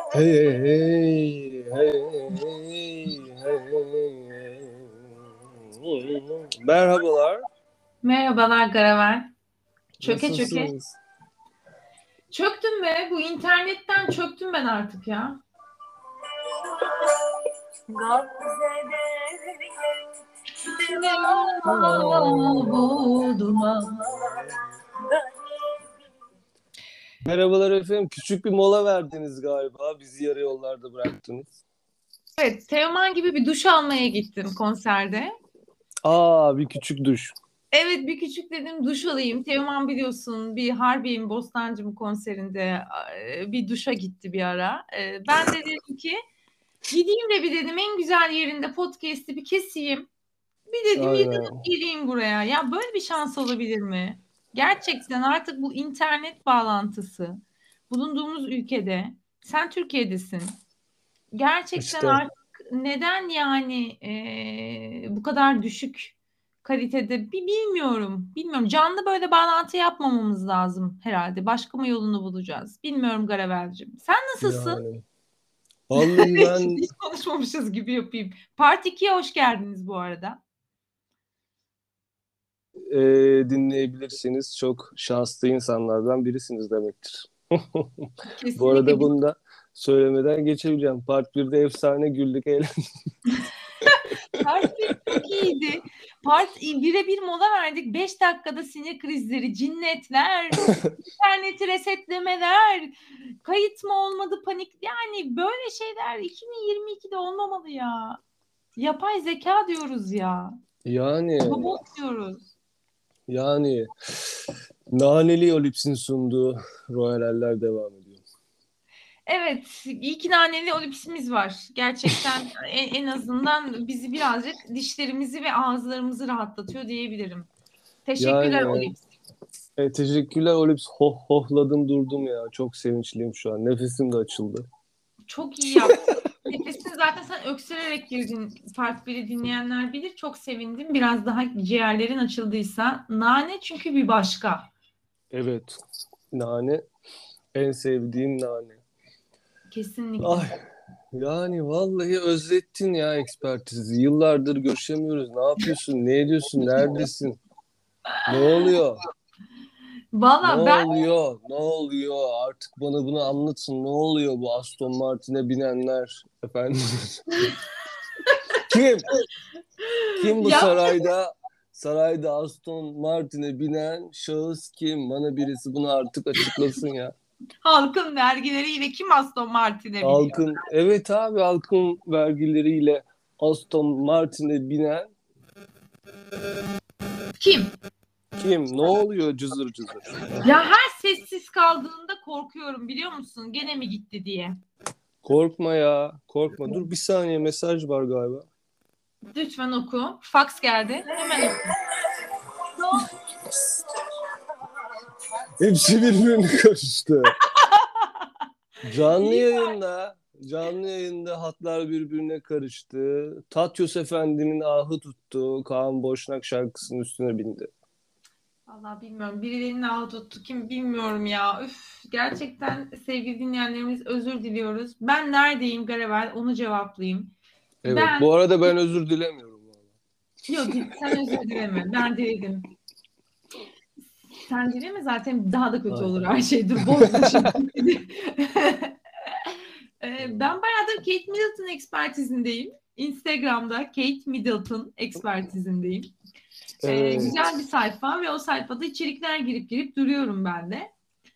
Hey, hey, hey, hey, hey. Merhabalar. Merhabalar Garaver. Çöke çöke. Nasılsınız? Çöktüm be. Bu internetten çöktüm ben artık ya. Bu duman. Merhabalar efendim. Küçük bir mola verdiniz galiba. Bizi yarı yollarda bıraktınız. Evet, Teoman gibi bir duş almaya gittim konserde. Bir küçük duş. Evet, bir küçük dedim duş alayım. Teoman biliyorsun bir Harbiye'nin Bostancı konserinde bir duşa gitti bir ara. Ben de dedim ki gideyim de bir dedim en güzel yerinde podcast'i bir keseyim. Bir dedim yıkanıp Aynen. geleyim buraya. Ya böyle bir şans olabilir mi? Gerçekten artık bu internet bağlantısı bulunduğumuz ülkede, sen Türkiye'desin. Gerçekten İşte artık neden yani bu kadar düşük kalitede bilmiyorum. Bilmiyorum. Canlı böyle bağlantı yapmamamız lazım herhalde. Başka mı yolunu bulacağız? Bilmiyorum Garavel'cim. Sen nasılsın? yani. Vallahi ben Hiç konuşmamışız gibi yapayım. Part 2'ye hoş geldiniz bu arada. dinleyebilirsiniz. Çok şanslı insanlardan birisiniz demektir. Bu arada Kesinlikle. bunu da söylemeden geçebileceğim. Part 1'de efsane güldük, eğlendik. Part 1 çok iyiydi. Part 1'e bir mola verdik. 5 dakikada sinir krizleri, cinnetler, interneti resetlemeler, kayıt mı olmadı panik. Yani böyle şeyler 2022'de olmamalı ya. Yapay zeka diyoruz ya. Yani Robot diyoruz. yani Naneli Olips'in sunduğu Royaller devam ediyor. Evet, iyi ki naneli olipsimiz var. Gerçekten en azından bizi birazcık dişlerimizi ve ağızlarımızı rahatlatıyor diyebilirim. Teşekkürler Yani Olips. teşekkürler Olips. Hohladım durdum ya. Çok sevinçliyim şu an. Nefesim de açıldı. Çok iyi yaptın. Nefesini zaten sen öksürerek girdin. Part 1'i dinleyenler bilir. Çok sevindim. Biraz daha ciğerlerin açıldıysa. Nane çünkü bir başka. Evet. Nane. En sevdiğim nane. Kesinlikle. Ay, yani vallahi özlettin ya ekspertizi. Yıllardır görüşemiyoruz. Ne yapıyorsun? Ne ediyorsun? Neredesin? Ne oluyor? Ne Valla ben oluyor? Ne oluyor? Artık bana bunu anlatın. Ne oluyor bu Aston Martin'e binenler? Efendim. Kim? Kim bu ya sarayda Aston Martin'e binen şahıs kim? Bana birisi bunu artık açıklasın ya. halkın vergileriyle kim Aston Martin'e biniyor? Evet abi, halkın vergileriyle Aston Martin'e binen Kim? kim? Ne oluyor cızır cızır? Ya her sessiz kaldığında korkuyorum biliyor musun? Gene mi gitti diye. Korkma ya, korkma. Dur bir saniye, mesaj var galiba. Lütfen oku. Fax geldi. Hemen oku. Hepsi birbirine karıştı. Canlı İyi. yayında, canlı yayında hatlar birbirine karıştı. Tatyos Efendi'nin ahı tuttu. Kaan Boşnak şarkısının üstüne bindi. Vallahi bilmiyorum. Birilerinin ağı tuttu. Kim bilmiyorum ya. Üf, gerçekten sevgili dinleyenlerimiz özür diliyoruz. Ben neredeyim Garevel? Onu cevaplayayım. Evet, Ben bu arada ben özür dilemiyorum. yok sen özür dileme. Ben diledim. Sen dileme zaten daha da kötü Ay. olur her şey. Dur bozma şimdi. Ben bayağıdır Kate Middleton ekspertizindeyim. Instagram'da Kate Middleton ekspertizindeyim. Güzel bir Evet. sayfa ve o sayfada içerikler girip girip duruyorum ben de.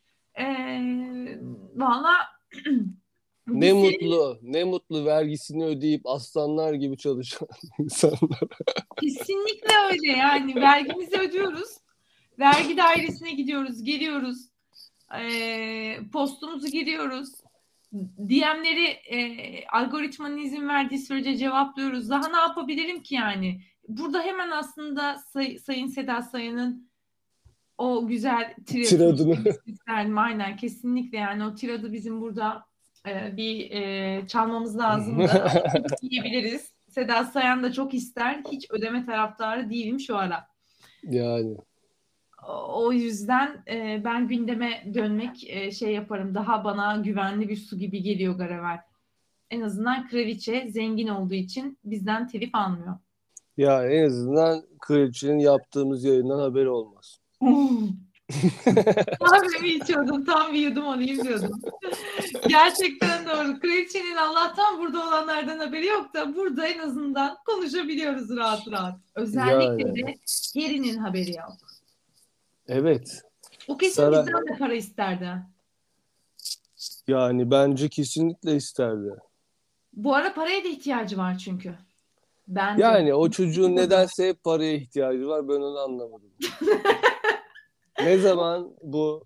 Valla Ne biz senin mutlu, ne mutlu vergisini ödeyip aslanlar gibi çalışan insanlar. kesinlikle öyle yani vergimizi ödüyoruz. Vergi dairesine gidiyoruz, geliyoruz. Postumuzu giriyoruz. DM'leri algoritmanın izin verdiği sürece cevaplıyoruz. Daha ne yapabilirim ki yani? Burada hemen aslında Sayın Seda Sayan'ın o güzel tiratını Tiradını. isterdim. Aynen kesinlikle yani o tiradı bizim burada bir çalmamız lazımdı. Diyebiliriz. Seda Sayan da çok ister. Hiç ödeme taraftarı değilim şu ara. Yani O yüzden ben gündeme dönmek şey yaparım. Daha bana güvenli bir su gibi geliyor Garaver. En azından kraliçe zengin olduğu için bizden telif almıyor. Ya en azından kraliçenin yaptığımız yayından haberi olmaz. Kahvemi içiyordum. Tam bir yudum alayım diyordum. Gerçekten doğru. Kraliçenin Allah'tan burada olanlardan haberi yok da burada en azından konuşabiliyoruz rahat rahat. Özellikle Yani de Harry'nin haberi yok. evet. O kesin Saray bizden de para isterdi. yani bence kesinlikle isterdi. Bu ara paraya da ihtiyacı var çünkü. Bence. Yani o çocuğun nedense hep paraya ihtiyacı var. Ben onu anlamadım. Ne zaman bu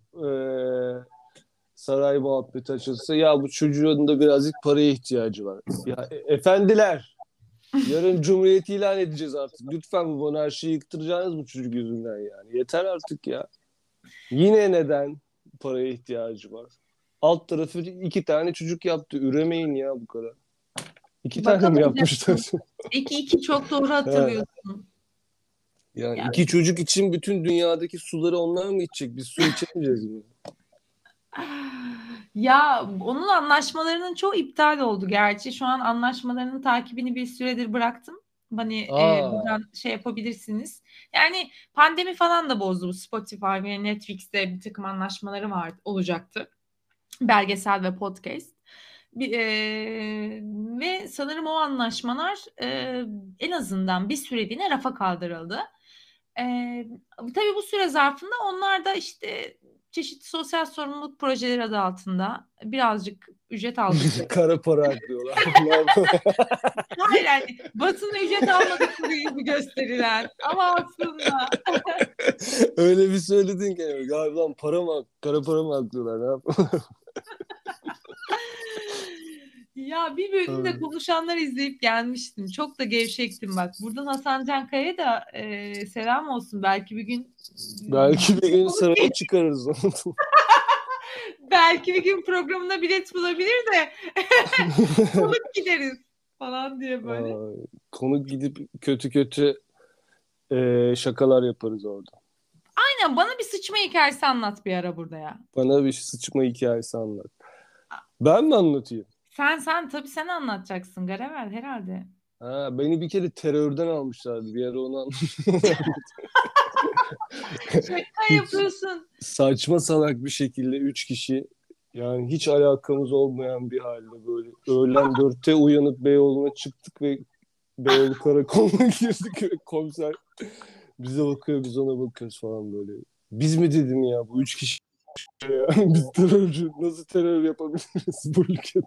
saray muhabbeti açılsa ya bu çocuğun da birazcık paraya ihtiyacı var. Ya efendiler, yarın cumhuriyeti ilan edeceğiz artık. Lütfen bu monarşiyi yıktıracağınız bu çocuk yüzünden yani. Yeter artık ya. Yine neden paraya ihtiyacı var? Alt tarafı 2 tane çocuk yaptı. Üremeyin ya bu kadar. 2 tane mi yapmışlar? Bakamayacaksın. İki çok doğru He. hatırlıyorsun. Yani Ya, 2 çocuk için bütün dünyadaki suları onlar mı içecek? Biz su içemeyeceğiz mi? ya onun anlaşmalarının çoğu iptal oldu gerçi. Şu an anlaşmalarının takibini bir süredir bıraktım. Hani Aa, buradan şey yapabilirsiniz. Yani pandemi falan da bozdu bu Spotify ve Netflix'te bir takım anlaşmaları olacaktı. Belgesel ve podcast. Ve sanırım o anlaşmalar en azından bir süreliğine rafa kaldırıldı. E, tabii bu süre zarfında onlar da işte çeşitli sosyal sorumluluk projeleri adı altında birazcık ücret aldıkları. kara para aklıyorlar. Hayır yani basına ücret almadıkları gibi gösterilen ama aslında Öyle bir söyledin ki galiba para mı, kara para mı aklıyorlar? Ne yapıyorlar? ya bir bölümde konuşanlar izleyip gelmiştim. Çok da gevşektim bak. Buradan Hasan Can Kaya'ya da selam olsun. Belki bir gün Belki bir gün saraya çıkarırız onu. belki bir gün programına bilet bulabilir de konuk gideriz falan diye böyle. Aa, konuk gidip kötü kötü şakalar yaparız orada. Aynen bana bir sıçma hikayesi anlat bir ara burada ya. Bana bir sıçma hikayesi anlat. Ben mi anlatayım? Sen tabii sen anlatacaksın Garevel herhalde. Ha, beni bir kere terörden almışlardı. Bir ara onu Şaka hiç yapıyorsun. saçma salak bir şekilde 3 kişi yani hiç alakamız olmayan bir halde böyle öğlen 4'te uyanıp Beyoğlu'na çıktık ve Beyoğlu karakoluna girdik ve komiser bize bakıyor biz ona bakıyoruz falan böyle. Biz mi dedim ya bu 3 kişi ya biz terörcü nasıl terör yapabiliriz bu ülkede?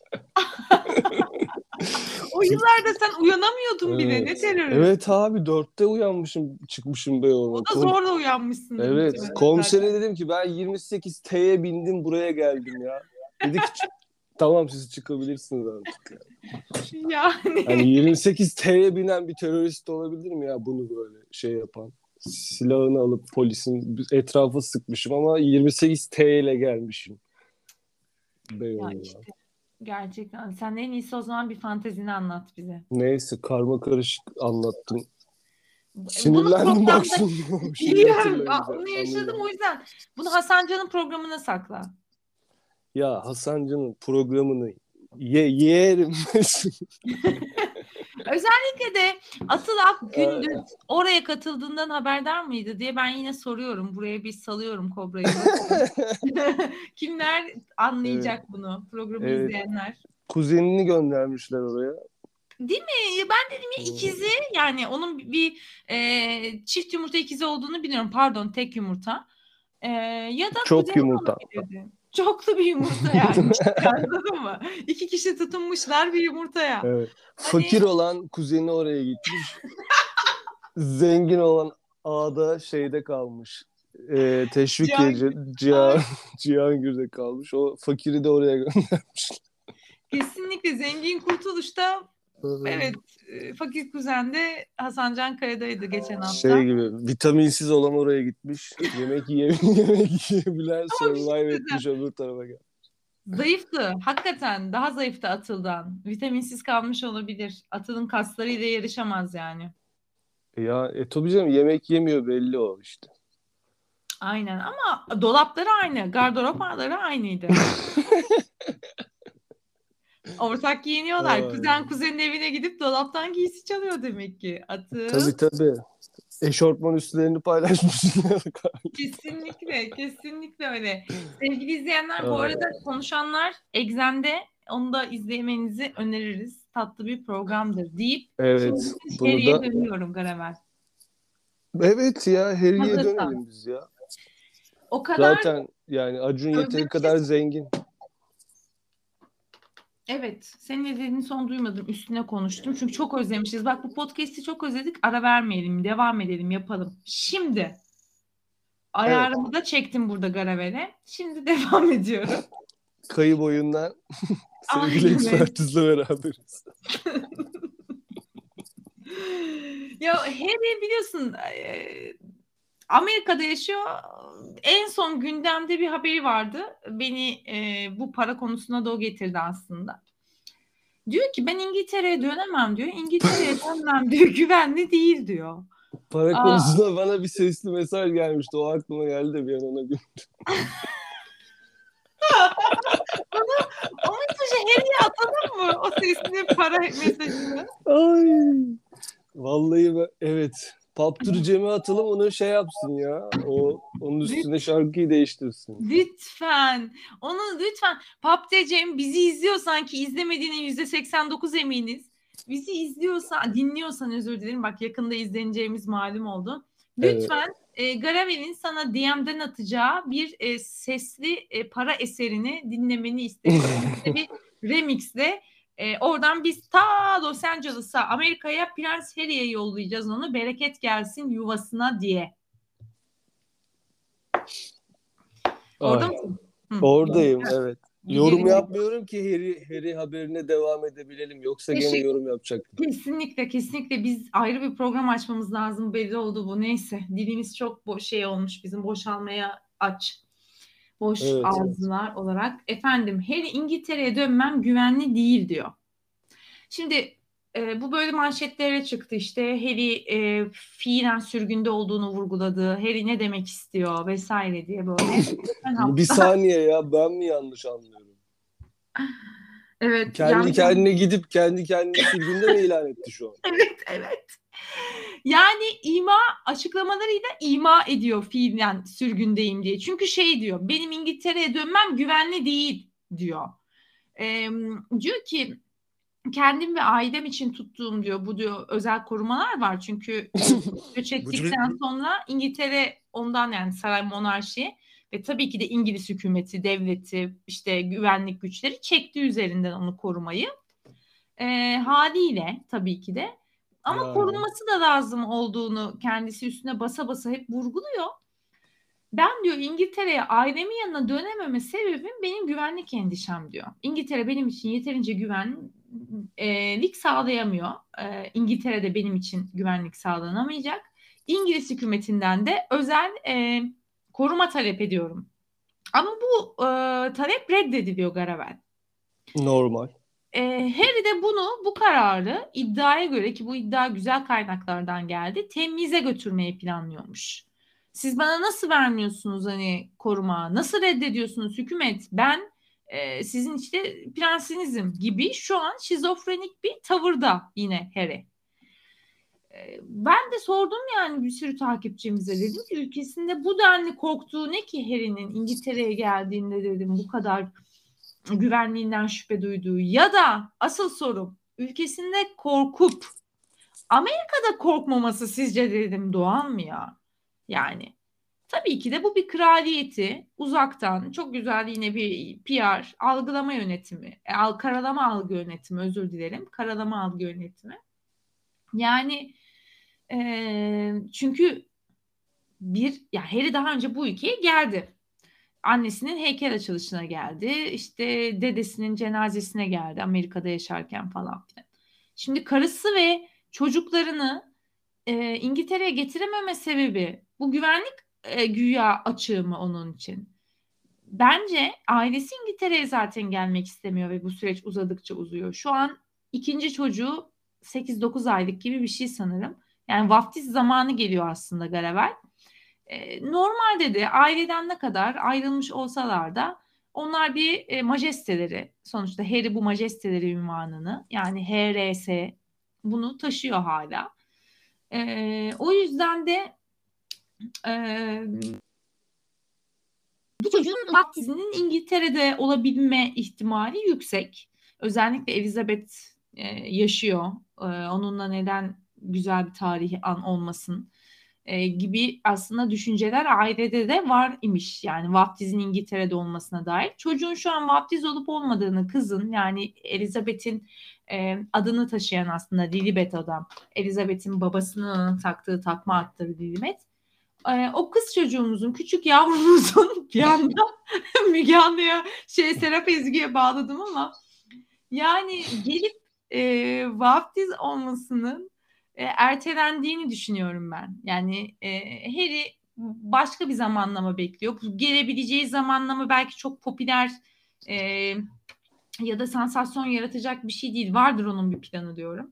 O yıllarda sen uyanamıyordun bile. Ne Evet. terörü? Evet abi 4'te uyanmışım çıkmışım O Beyoğlu'na. da zorla uyanmışsındır Evet muhtemelen komisere zaten. dedim ki ben 28 T'ye bindim buraya geldim ya. Dedi ki tamam siz çıkabilirsiniz artık. Hani Yani 28 T'ye binen bir terörist olabilir mi ya bunu böyle şey yapan? Silahını alıp polisin etrafa sıkmışım ama 28 T ile gelmişim ya Beyoğlu'na. işte gerçekten. Sen en iyisi o zaman bir fantezini anlat bize. Neyse karma karışık anlattım. Bunu Sinirlendim bak programda şimdi o şeyi biliyorum. hatırlayınca. Onu yaşadım Anladım. o yüzden. Bunu Hasan Can'ın programına sakla. Ya Hasan'cının programını yerim. Özellikle de Atıl Akgündüz oraya katıldığından haberdar mıydı diye ben yine soruyorum. Buraya bir salıyorum kobrayı. Kimler Evet, anlayacak bunu? Programı evet. izleyenler. Kuzenini göndermişler oraya. Değil mi? Ben dedim ya Hmm. ikizi yani onun bir çift yumurta ikizi olduğunu biliyorum. Pardon tek yumurta. Ya da Çok kuzeni yumurta. olabilirdi. Çoklu bir yumurta yani. Anladın mı? İki kişi tutunmuşlar bir yumurtaya. Evet. Hani Fakir olan kuzeni oraya gitmiş. Zengin olan ağda şeyde kalmış. Teşvikiye Can, Cihan, Cihangir'de kalmış. O fakiri de oraya göndermiş. kesinlikle zengin kurtuluşta evet fakir kuzen de Hasan Can Kaya'daydı geçen Şey hafta. gibi vitaminsiz olan oraya gitmiş. Yemek yiyebilen Ama bir şey survive söyleyeceğim. etmiş öbür tarafa gel. Zayıftı. Hakikaten daha zayıftı Atıl'dan. Vitaminsiz kalmış olabilir. Atıl'ın kaslarıyla yarışamaz yani. Ya tabii canım yemek yemiyor belli o işte. Aynen ama dolapları aynı. Gardıropları aynıydı. Ortak giyiniyorlar. Ay. Kuzen kuzenin evine gidip dolaptan giysi çalıyor demek ki. Atıl. Tabii. Eşortman üstlerini paylaşmışlar. Kesinlikle, kesinlikle öyle. Sevgili izleyenler, bu Ay. arada konuşanlar Exxen'de, onu da izlemenizi öneririz. Tatlı bir programdır deyip Evet. şimdi Bunu Harry'e da dönüyorum Gravel. evet ya, Harry'e Hazırsan. dönelim biz ya. O kadar Zaten yani Acun yeteri kadar özlemişiz. zengin. Evet, senin ne dediğini son duymadım. Üstüne konuştum. Çünkü çok özlemişiz. Bak, bu podcast'i çok özledik. Ara vermeyelim, devam edelim, yapalım. Şimdi Evet. ayarımı da çektim burada Gravel'e. Şimdi devam ediyorum. Kayı boyundan sevgili Aynen. ekspertizle beraberiz. Ya Harry biliyorsun Amerika'da yaşıyor. En son gündemde bir haberi vardı. Beni bu para konusuna da o getirdi aslında. Diyor ki ben İngiltere'ye dönemem diyor. İngiltere'ye dönmem diyor. Güvenli değil diyor. Para Aa, konusunda bana bir sesli mesaj gelmişti. O aklıma geldi de bir an ona gün. o mesajı Harry'e atalım mı? O sesli para mesajını. Ay. Vallahi evet. Paptır Cem'e atalım, onu şey yapsın ya. Onun üstüne şarkıyı değiştirsin. Lütfen. Onu lütfen. Pap diyeceğim, bizi izliyorsan, ki izlemediğine %89 eminiz. Bizi izliyorsan, dinliyorsan, özür dilerim. Bak, yakında izleneceğimiz malum oldu. Evet. Lütfen Garavel'in sana DM'den atacağı bir sesli para eserini dinlemeni isteriz. İşte bir remixle oradan biz ta Los Angeles'a, Amerika'ya, Prens Harry'e yollayacağız onu. Bereket gelsin yuvasına diye. Orada Ay. mısın? Hı. Oradayım, evet. Yorum Gidelim. yapmıyorum ki Harry haberine devam edebilelim. Yoksa gene yorum yapacaktım. Kesinlikle, kesinlikle biz ayrı bir program açmamız lazım. Belli oldu bu. Neyse. Dilimiz çok şey olmuş, bizim boşalmaya aç. Boş Evet. ağızlar olarak. Efendim, Harry İngiltere'ye dönmem güvenli değil diyor. Şimdi bu böyle manşetlere çıktı işte. Harry fiilen sürgünde olduğunu vurguladı. Harry ne demek istiyor vesaire diye böyle. Geçen Bir hafta. saniye ya, ben mi yanlış anlıyorum? Evet, Kendi yanlış. kendine gidip kendi kendini sürgünde mi ilan etti şu an? Evet, evet. Yani açıklamalarıyla ima ediyor fiilen sürgündeyim diye. Çünkü şey diyor, benim İngiltere'ye dönmem güvenli değil diyor. Diyor ki kendim ve ailem için tuttuğum diyor, bu diyor özel korumalar var. Çünkü göç ettikten sonra İngiltere ondan, yani saray monarşi ve tabii ki de İngiliz hükümeti, devleti, işte güvenlik güçleri çekti üzerinden onu korumayı. Haliyle tabii ki de. Ama Yani. korunması da lazım olduğunu kendisi üstüne basa basa hep vurguluyor. Ben diyor İngiltere'ye ailemin yanına dönememe sebebim benim güvenlik endişem diyor. İngiltere benim için yeterince güvenlik sağlayamıyor. İngiltere'de benim için güvenlik sağlanamayacak. İngiliz hükümetinden de özel koruma talep ediyorum. Ama bu talep reddediliyor Garavel. Normal. Harry de bu kararı, iddiaya göre, ki bu iddia güzel kaynaklardan geldi, temyize götürmeyi planlıyormuş. Siz bana nasıl vermiyorsunuz hani koruma? Nasıl reddediyorsunuz hükümet? Ben sizin işte prensinizim gibi şu an şizofrenik bir tavırda yine Harry. Ben de sordum yani bir sürü takipçimize, dedim ki ülkesinde bu denli korktuğu ne ki Harry'nin İngiltere'ye geldiğinde, dedim, bu kadar güvenliğinden şüphe duyduğu, ya da asıl sorum, ülkesinde korkup Amerika'da korkmaması sizce, dedim, doğal mı ya? Yani tabii ki de bu bir kraliyeti uzaktan çok güzel yine bir PR algılama yönetimi, karalama algı yönetimi, özür dilerim, karalama algı yönetimi. Yani çünkü ya Harry daha önce bu ülkeye geldi. Annesinin heykel açılışına geldi. İşte dedesinin cenazesine geldi Amerika'da yaşarken falan filan. Şimdi karısı ve çocuklarını İngiltere'ye getirememe sebebi bu güvenlik güya açığı mı onun için? Bence ailesi İngiltere'ye zaten gelmek istemiyor ve bu süreç uzadıkça uzuyor. Şu an ikinci çocuğu 8-9 aylık gibi bir şey sanırım. Yani vaftiz zamanı geliyor aslında Garavel. Normalde de aileden ne kadar ayrılmış olsalar da onlar bir majesteleri, sonuçta Harry bu majesteleri ünvanını, yani HRS, bunu taşıyor hala. O yüzden de bu çocuğun vaftizinin İngiltere'de olabilme ihtimali yüksek. Özellikle Elizabeth yaşıyor. Onunla neden güzel bir tarihi an olmasın gibi aslında düşünceler ailede de var imiş. Yani vaftizin İngiltere'de olmasına dair. Çocuğun şu an vaftiz olup olmadığını, kızın yani Elizabeth'in adını taşıyan, aslında Lilibet adam. Elizabeth'in babasının taktığı takma adları Lilibet. O kız çocuğumuzun, küçük yavrumuzun bir anda Müge Anlı'ya Serap Ezgi'ye bağladım ama yani gelip vaftiz olmasının ertelendiğini düşünüyorum ben. Yani Harry başka bir zamanlama bekliyor. Gelebileceği zamanlama belki çok popüler e, ya da sansasyon yaratacak bir şey değil. Vardır onun bir planı diyorum.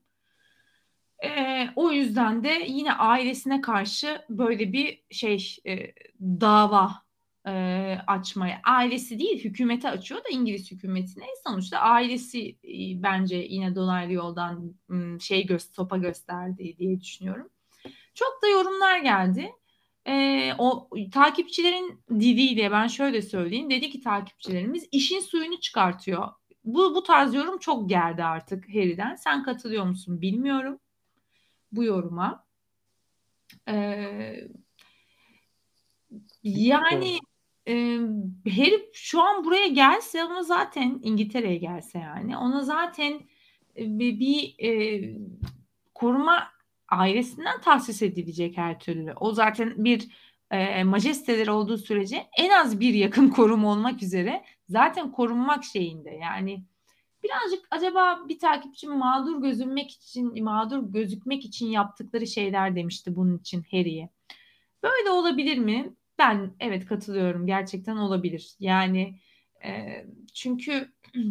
O yüzden de yine ailesine karşı böyle bir dava açmaya, ailesi değil hükümete açıyor da, İngiliz hükümetine. Sonuçta ailesi bence yine dolaylı yoldan sopa gösterdi diye düşünüyorum. Çok da yorumlar geldi. O takipçilerin diliyle ben şöyle söyleyeyim. Dedi ki takipçilerimiz işin suyunu çıkartıyor. Bu tarz yorum çok geldi artık Harry'den. Sen katılıyor musun bilmiyorum bu yoruma. Ee, yani e, herif şu an buraya gelse, ama zaten İngiltere'ye gelse, yani ona zaten koruma ailesinden tahsis edilecek her türlü. O zaten bir majesteleri olduğu sürece en az bir yakın koruma olmak üzere zaten korunmak şeyinde. Yani birazcık acaba bir takipçim mağdur gözükmek için yaptıkları şeyler demişti bunun için Harry'e. Böyle olabilir mi? Ben evet katılıyorum. Gerçekten olabilir. Yani çünkü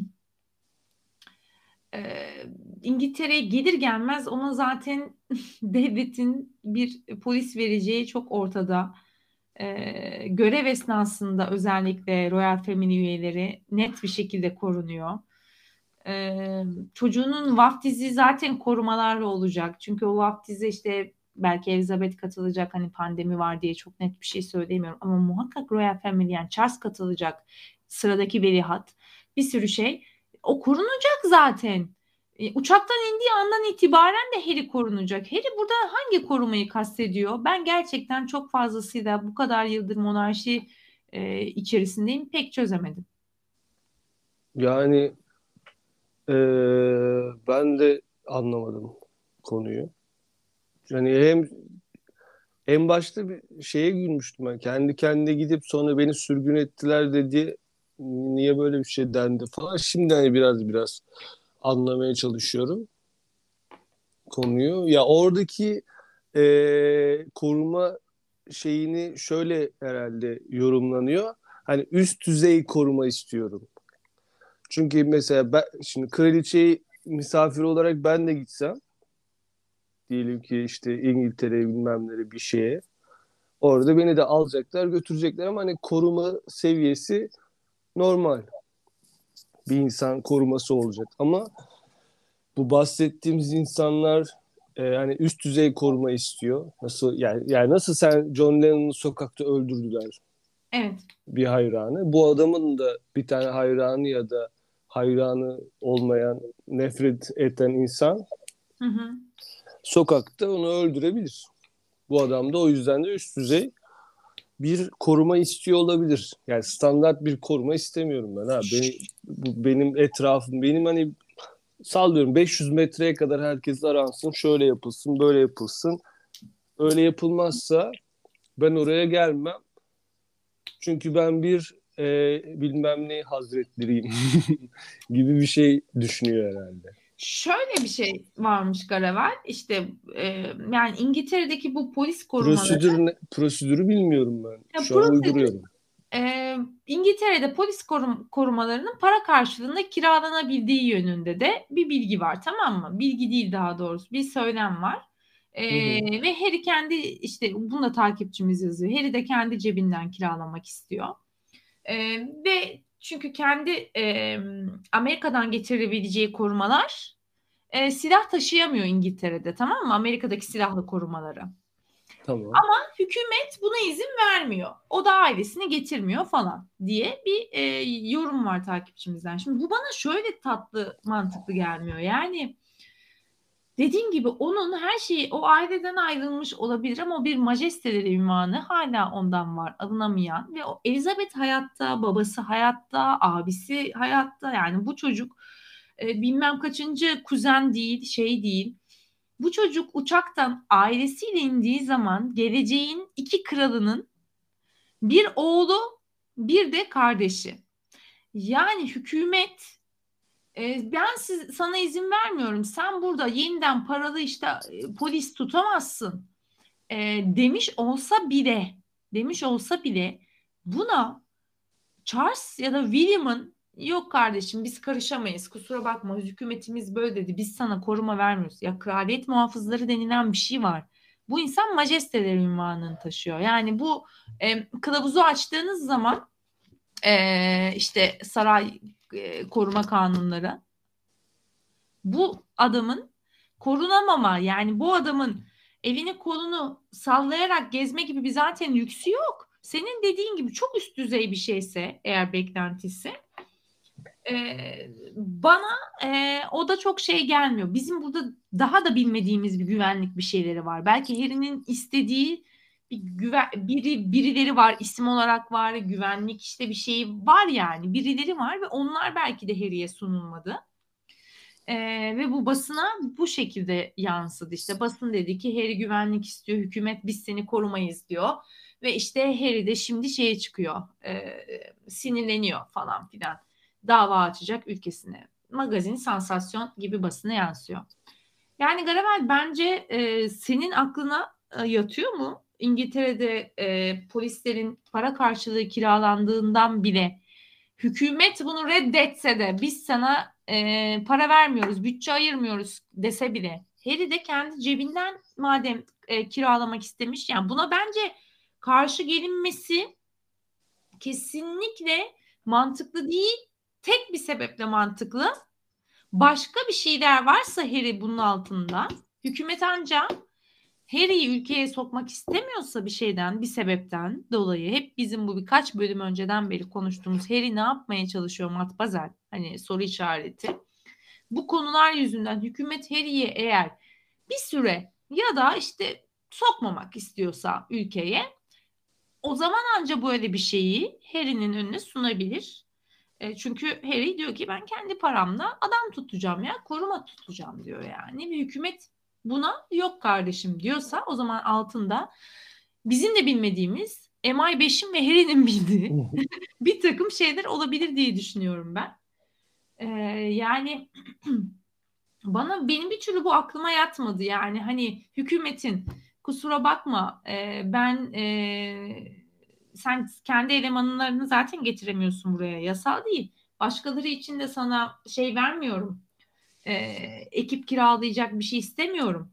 e, İngiltere'ye gelir gelmez ona zaten devletin bir polis vereceği çok ortada. Görev esnasında özellikle Royal Family üyeleri net bir şekilde korunuyor. Çocuğunun vaftizi zaten korumalarla olacak. Çünkü o vaftize işte belki Elizabeth katılacak. Hani pandemi var diye çok net bir şey söylemiyorum. Ama muhakkak Royal Family, yani Charles katılacak. Sıradaki veliaht. Bir sürü şey. O korunacak zaten. Uçaktan indiği andan itibaren de Harry korunacak. Harry burada hangi korumayı kastediyor? Ben gerçekten çok fazlasıyla bu kadar yıldır monarşi içerisindeyim. Pek çözemedim. Yani ben de anlamadım konuyu. Yani en başta bir şeye gülmüştüm ben. Kendi kendine gidip sonra beni sürgün ettiler dedi. Niye böyle bir şey dendi falan. Şimdi hani biraz anlamaya çalışıyorum konuyu. Ya oradaki koruma şeyini şöyle herhalde yorumlanıyor. Hani üst düzey koruma istiyorum. Çünkü mesela ben şimdi kraliçeyi misafir olarak ben de gitsem, diyelim ki işte İngiltere'ye bilmem nereye bir şeye, orada beni de alacaklar götürecekler ama hani koruma seviyesi normal bir insan koruması olacak. Ama bu bahsettiğimiz insanlar hani üst düzey koruma istiyor. Nasıl yani nasıl sen John Lennon'ı sokakta öldürdüler Evet. bir hayranı. Bu adamın da bir tane hayranı ya da hayranı olmayan, nefret eden insan Hı hı. sokakta onu öldürebilir. Bu adam da o yüzden de üst düzey bir koruma istiyor olabilir. Yani standart bir koruma istemiyorum ben. Benim etrafım, benim hani sallıyorum 500 metreye kadar herkes aransın, şöyle yapılsın, böyle yapılsın. Öyle yapılmazsa ben oraya gelmem. Çünkü ben bir bilmem ne hazretleriyim gibi bir şey düşünüyor herhalde. Şöyle bir şey varmış Garavel. İşte yani İngiltere'deki bu polis korumaları, Prosedürü bilmiyorum ben. ya Şu an prosedür, uyduruyorum. İngiltere'de polis korumalarının para karşılığında kiralanabildiği yönünde de bir bilgi var, tamam mı? Bilgi değil, daha doğrusu bir söylem var. Hı hı. Ve Harry kendi işte bunu da takipçimiz yazıyor. Harry de kendi cebinden kiralamak istiyor. Ve çünkü kendi Amerika'dan getirebileceği korumalar silah taşıyamıyor İngiltere'de, tamam mı? Amerika'daki silahlı korumaları. Tamam. Hükümet buna izin vermiyor. O da ailesini getirmiyor falan diye bir yorum var takipçimizden. Şimdi bu bana şöyle tatlı, mantıklı gelmiyor. Yani dediğim gibi onun her şeyi, o aileden ayrılmış olabilir ama o bir majesteleri ünvanı hala ondan var, alınamayan. Ve o Elizabeth hayatta, babası hayatta, abisi hayatta. Yani bu çocuk bilmem kaçıncı kuzen değil, şey değil. Bu çocuk uçaktan ailesiyle indiği zaman geleceğin iki kralının bir oğlu, bir de kardeşi. Yani hükümet ben sana izin vermiyorum. Sen burada yeniden paralı işte polis tutamazsın. Demiş olsa bile buna Charles ya da William'ın yok kardeşim biz karışamayız. Kusura bakma hükümetimiz böyle dedi. Biz sana koruma vermiyoruz. Ya kraliyet muhafızları denilen bir şey var. Bu insan majesteleri ünvanını taşıyor. Yani bu kılavuzu açtığınız zaman işte saray koruma kanunları bu adamın korunamama, yani bu adamın elini kolunu sallayarak gezme gibi bir zaten lüksü yok. Senin dediğin gibi çok üst düzey bir şeyse eğer beklentisi bana o da çok şey gelmiyor. Bizim burada daha da bilmediğimiz bir güvenlik bir şeyleri var. Belki Harry'nin istediği birileri var, isim olarak var, güvenlik işte bir şey var, yani birileri var ve onlar belki de Harry'e sunulmadı. Ve bu basına bu şekilde yansıdı. İşte basın dedi ki Harry güvenlik istiyor, hükümet biz seni korumayız diyor. Ve işte Harry de şimdi şeye çıkıyor, sinirleniyor falan filan. Dava açacak ülkesine. Magazin, sansasyon gibi basına yansıyor. Yani Garavel bence senin aklına yatıyor mu? İngiltere'de polislerin para karşılığı kiralandığından bile hükümet bunu reddetse de biz sana para vermiyoruz, bütçe ayırmıyoruz dese bile Harry de kendi cebinden madem kiralamak istemiş, yani buna bence karşı gelinmesi kesinlikle mantıklı değil. Tek bir sebeple mantıklı. Başka bir şeyler varsa Harry bunun altında, hükümet ancak Harry'i ülkeye sokmak istemiyorsa bir şeyden, bir sebepten dolayı, hep bizim bu birkaç bölüm önceden beri konuştuğumuz Harry ne yapmaya çalışıyor Matmazel, hani soru işareti. Bu konular yüzünden hükümet Harry'i eğer bir süre ya da işte sokmamak istiyorsa ülkeye, o zaman anca böyle bir şeyi Harry'nin önüne sunabilir. Çünkü Harry diyor ki ben kendi paramla adam tutacağım, ya koruma tutacağım diyor yani. Ve hükümet buna yok kardeşim diyorsa o zaman altında bizim de bilmediğimiz MI5'in ve Harry'nin bildiği bir takım şeyler olabilir diye düşünüyorum ben. Yani benim bir türlü bu aklıma yatmadı, yani hani hükümetin kusura bakma sen kendi elemanlarını zaten getiremiyorsun buraya, yasal değil. Başkaları için de sana şey vermiyorum. E, Ekip kiralayacak bir şey istemiyorum.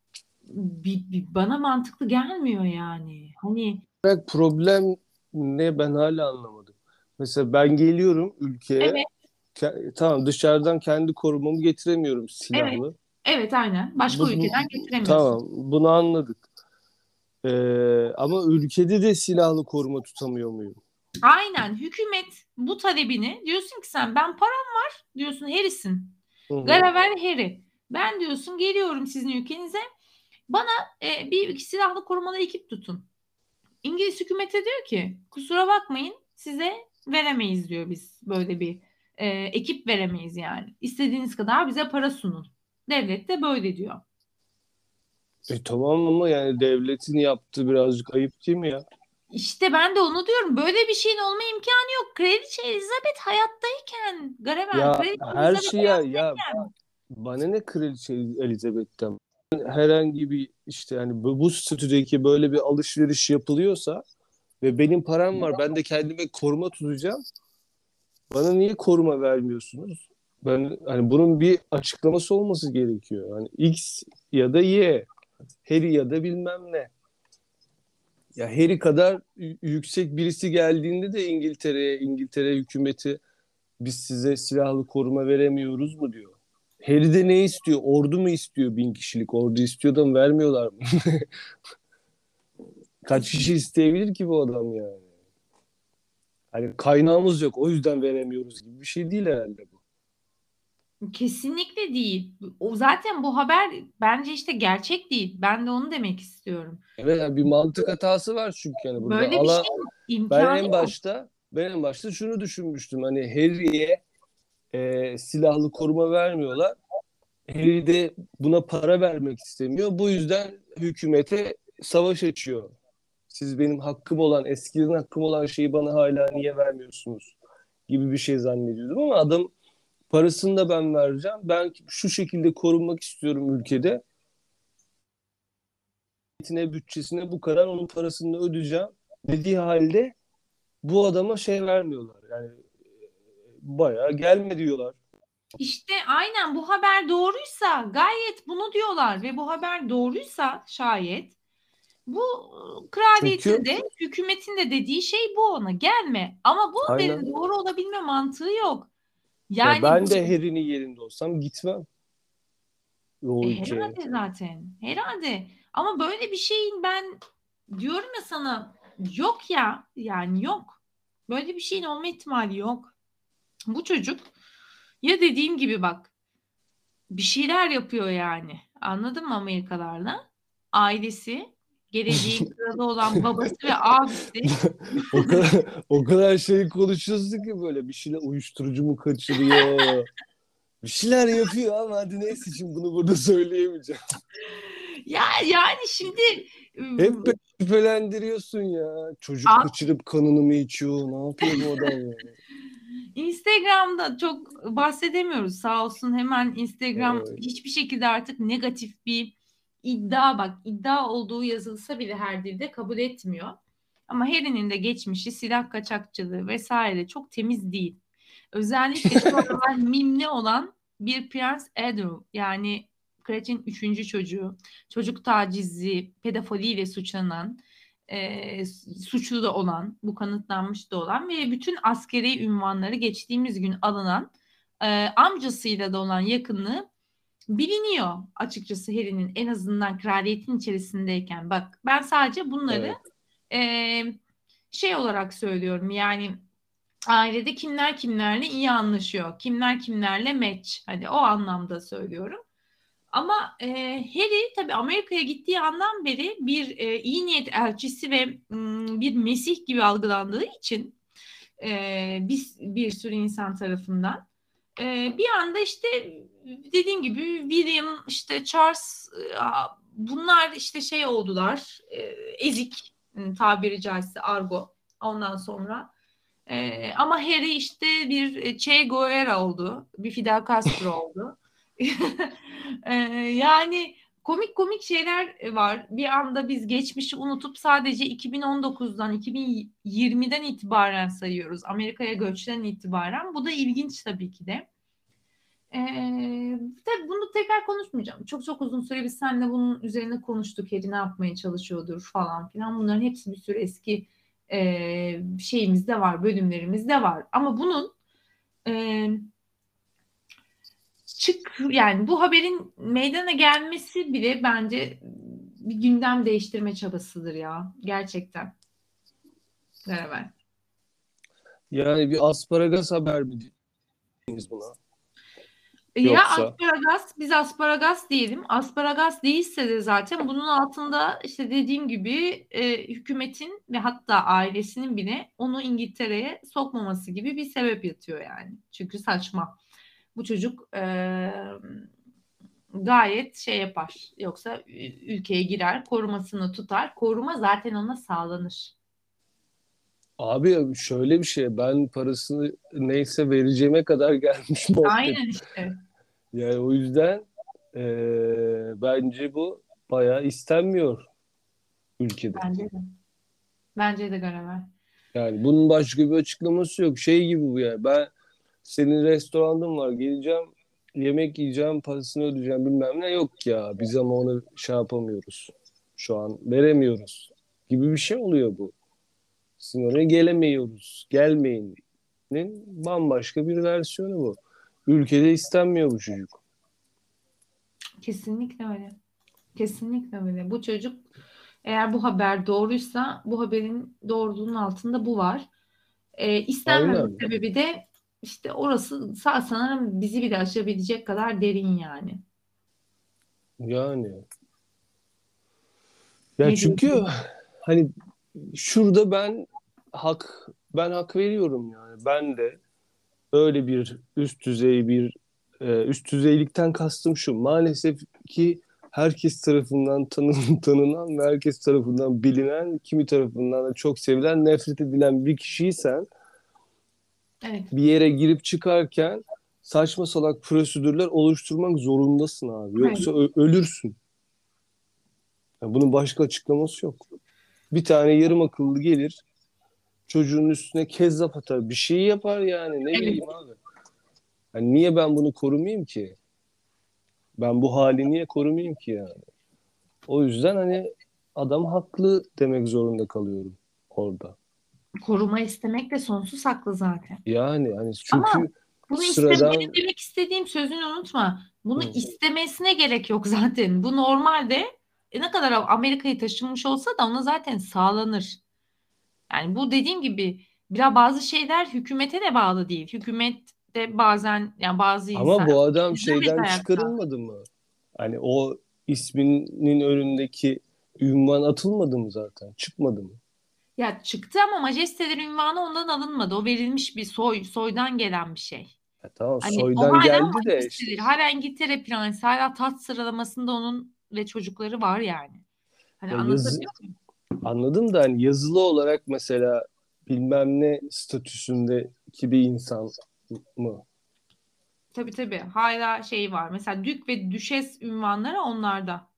Bana mantıklı gelmiyor yani. Hani Problem ne, ben hala anlamadım. Mesela ben geliyorum ülkeye, evet, tamam, dışarıdan kendi korumamı getiremiyorum evet, silahlı. evet, aynen. Başka ülkeden getiremiyorsun. Tamam, bunu anladık. Ama ülkede de silahlı koruma tutamıyor muyum? Aynen, hükümet bu talebini, diyorsun ki sen ben param var diyorsun, Harry'sin. Hı hı. Garaver Harry. Ben diyorsun geliyorum sizin ülkenize. Bana bir silahlı korumalı ekip tutun. İngiliz hükümete diyor ki kusura bakmayın size veremeyiz diyor, biz böyle bir ekip veremeyiz yani. İstediğiniz kadar bize para sunun. Devlet de böyle diyor. Tamam ama yani devletin yaptığı birazcık ayıp değil mi ya? İşte ben de onu diyorum. Böyle bir şeyin olma imkanı yok. Kraliçe Elizabeth hayattayken, Garevel, Ya Kraliçe her Elizabeth şey ya hayattayken. bana ne Kraliçe Elizabeth'ten? Herhangi bir işte yani bu statüdeki böyle bir alışveriş yapılıyorsa ve benim param var, ben de kendime koruma tutacağım. Bana niye koruma vermiyorsunuz? Ben hani bunun bir açıklaması olması gerekiyor. Hani X ya da Y. Harry ya da bilmem ne. Ya Harry kadar yüksek birisi geldiğinde de İngiltere hükümeti biz size silahlı koruma veremiyoruz mu diyor. Harry de ne istiyor? Ordu mu istiyor? 1000 kişilik ordu istiyor da mı vermiyorlar mı? Kaç kişi isteyebilir ki bu adam yani? Hani kaynağımız yok o yüzden veremiyoruz gibi bir şey değil herhalde bu. Kesinlikle değil. O zaten bu haber bence işte gerçek değil. Ben de onu demek istiyorum. Evet yani bir mantık hatası var çünkü yani burada Böyle bir şey ben imkanı en yok. başta şunu düşünmüştüm. Hani Harry'e silahlı koruma vermiyorlar. Harry de buna para vermek istemiyor. Bu yüzden hükümete savaş açıyor. Siz benim hakkım olan, eskiden hakkım olan şeyi bana hala niye vermiyorsunuz gibi bir şey zannediyordum ama adam parasını da ben vereceğim. Ben şu şekilde korunmak istiyorum ülkede. Bütçesine bu kadar onun parasını ödeyeceğim dediği halde bu adama şey vermiyorlar. Yani bayağı gelme diyorlar. İşte aynen bu haber doğruysa gayet bunu diyorlar ve bu haber doğruysa şayet bu kraliyetin Çünkü de hükümetin de dediği şey bu ona gelme. Ama bu haberin aynen. doğru olabilme mantığı yok. Ya Yani ben de Harry'nin yerinde olsam gitmem o ülkeye. herhalde zaten herhalde ama böyle bir şeyin ben diyorum ya sana yok ya yani yok. Böyle bir şeyin olma ihtimali yok. Bu çocuk ya dediğim gibi bak bir şeyler yapıyor yani. Anladın mı Amerikalarla? Ailesi, geleceğin kralı olan babası ve abisi. o kadar şey konuşuyorsun ki böyle bir şeyler uyuşturucu mu kaçırıyor? Bir şeyler yapıyor ama hadi neyse şimdi bunu burada söyleyemeyeceğim. Ya yani şimdi Hep ım, beni şüphelendiriyorsun ya. Çocuk a- kaçırıp kanını mı içiyor? Ne yapıyor bu adam ya? Instagram'da çok bahsedemiyoruz sağ olsun hemen Instagram Ay, hiçbir şekilde artık negatif bir iddia bak iddia olduğu yazılsa bile her dilde kabul etmiyor. Ama Harry'nin de geçmişi silah kaçakçılığı vesaire çok temiz değil. Özellikle şu aralar mimli olan bir Prens Andrew yani kraliçenin üçüncü çocuğu çocuk tacizi pedofiliyle suçlanan suçlu da olan bu kanıtlanmış da olan ve bütün askeri ünvanları geçtiğimiz gün alınan amcasıyla da olan yakınlığı biliniyor açıkçası Harry'nin en azından kraliyetin içerisindeyken. Bak ben sadece bunları evet. e, şey olarak söylüyorum yani ailede kimler kimlerle iyi anlaşıyor, kimler kimlerle match. Hadi o anlamda söylüyorum. Ama Harry tabii Amerika'ya gittiği andan beri bir iyi niyet elçisi ve bir Mesih gibi algılandığı için bir sürü insan tarafından bir anda işte dediğim gibi William işte Charles bunlar işte şey oldular ezik tabiri caizse argo ondan sonra ama Harry işte bir Che Guevara oldu bir Fidel Castro oldu yani komik komik şeyler var. Bir anda biz geçmişi unutup sadece 2019'dan 2020'den itibaren sayıyoruz. Amerika'ya göçten itibaren. Bu da ilginç tabii ki de. Tabii bunu tekrar konuşmayacağım. Çok çok uzun süre biz seninle bunun üzerine konuştuk. Heri ne yapmaya çalışıyordur falan filan. Bunların hepsi bir sürü eski şeyimizde var, bölümlerimizde var. Ama bunun e, yani bu haberin meydana gelmesi bile bence bir gündem değiştirme çabasıdır ya. Gerçekten. Beraber. Yani bir asparagas haber mi diyeceğiz buna? Ya Yoksa asparagas, biz asparagas diyelim. Asparagas değilse de zaten bunun altında işte dediğim gibi hükümetin ve hatta ailesinin bile onu İngiltere'ye sokmaması gibi bir sebep yatıyor yani. Çünkü saçma. Bu çocuk gayet şey yapar. Yoksa ülkeye girer, korumasını tutar. Koruma zaten ona sağlanır. abi şöyle bir şey ben parasını neyse vereceğime kadar gelmiş muhabbet. Aynen işte. Yani o yüzden bence bu bayağı istenmiyor ülkede. Bence de. Bence de Garaver. Yani bunun başka bir açıklaması yok. Şey gibi bu ya. Ben senin restoranın var. Geleceğim yemek yiyeceğim, parasını ödeyeceğim bilmem ne yok ya. Biz ama onu şey yapamıyoruz. Şu an veremiyoruz gibi bir şey oluyor bu. Sizin oraya gelemiyoruz. Gelmeyinin bambaşka bir versiyonu bu. Ülkede istenmiyor bu çocuk. Kesinlikle öyle. Kesinlikle öyle. Bu çocuk, eğer bu haber doğruysa, bu haberin doğruluğunun altında bu var. İstenmeme Aynen. sebebi de işte orası, sanırım bizi bile aşabilecek kadar derin yani. Yani. Ya Ne çünkü diyorsun? hani şurada ben hak veriyorum yani. Ben de öyle bir üst düzeylikten kastım şu. Maalesef ki herkes tarafından tanınan ve herkes tarafından bilinen, kimi tarafından da çok sevilen, nefret edilen bir kişiysen Evet. bir yere girip çıkarken saçma salak prosedürler oluşturmak zorundasın abi. Evet. Yoksa ölürsün. Yani bunun başka açıklaması yok. Bir tane yarım akıllı gelir, çocuğun üstüne kezzap atar, bir şey yapar yani ne Evet. bileyim abi. Hani niye ben bunu korumayayım ki? Ben bu hali niye korumayayım ki yani? O yüzden hani adam haklı demek zorunda kalıyorum orada. Koruma istemek de sonsuz haklı zaten. Yani hani Ama çünkü bunu benim sıradan demek istediğim, sözünü unutma. Bunu hı, istemesine gerek yok zaten. Bu normalde, ne kadar Amerika'yı taşınmış olsa da ona zaten sağlanır. Yani bu, dediğim gibi, biraz bazı şeyler hükümete de bağlı değil. Hükümet de bazen, yani bazı ama insan bu adam nöbet şeyden ayakta. çıkarılmadı mı? Hani o isminin önündeki ünvan atılmadı mı zaten? Çıkmadı mı? Ya çıktı ama majesteleri ünvanı ondan alınmadı. O verilmiş bir soydan gelen bir şey. Ya tamam Hani o soydan hala geldi de işte. majesteleri, hala İngiltere prensi, hala taht sıralamasında onun ve çocukları var yani. Hani Ya anlatabiliyor muyum? anladım da hani yazılı olarak mesela bilmem ne statüsündeki bir insan mı? Tabii tabii. Hala şey var. Mesela dük ve düşes ünvanları onlarda.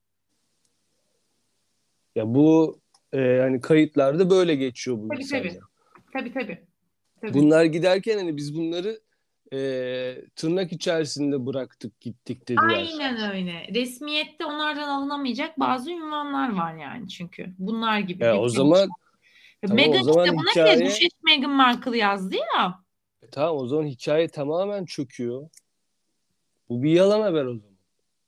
Ya bu hani kayıtlarda böyle geçiyor bu Tabii tabii. insanlar. Tabii tabii. Tabii. Bunlar giderken hani biz bunları tırnak içerisinde bıraktık gittik dediler. Aynen öyle. Resmiyette onlardan alınamayacak bazı ünvanlar var yani çünkü. Bunlar gibi O diplomat. zaman tamam o Meghan zaman işte buna bile hikaye düşes Meghan Markle yazdı ya. tamam o zaman hikaye tamamen çöküyor. Bu bir yalan haber o zaman.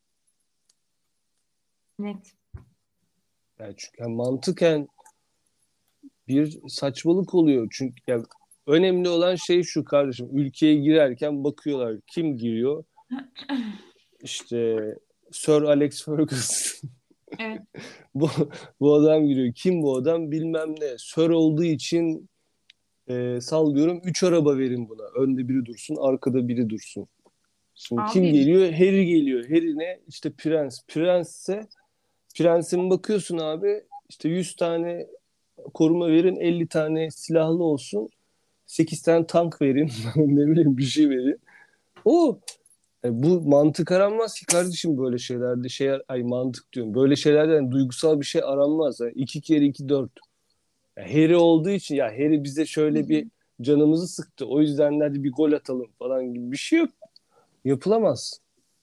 Net. Yani çünkü yani mantıken bir saçmalık oluyor. Çünkü yani önemli olan şey şu kardeşim. Ülkeye girerken bakıyorlar kim giriyor? İşte Sir Alex Ferguson. Evet. bu, bu adam giriyor. Kim bu adam? Bilmem ne. Sir olduğu için sallıyorum 3 araba verin buna. Önde biri dursun, arkada biri dursun. Şimdi kim Abi, geliyor? Harry geliyor. Harry ne? İşte prens. Prensse prensin bakıyorsun abi işte 100 tane koruma verin, 50 tane silahlı olsun. 8 tane tank verin. Ne bileyim bir şey verin. O bu mantık aranmaz ki kardeşim böyle şeylerde ay mantık diyorum. Böyle şeylerde yani duygusal bir şey aranmaz. Yani 2 kere 2 4. Ya Harry olduğu için ya Harry bize şöyle bir canımızı sıktı. O yüzden de hadi bir gol atalım falan gibi bir şey yok. Yapılamaz.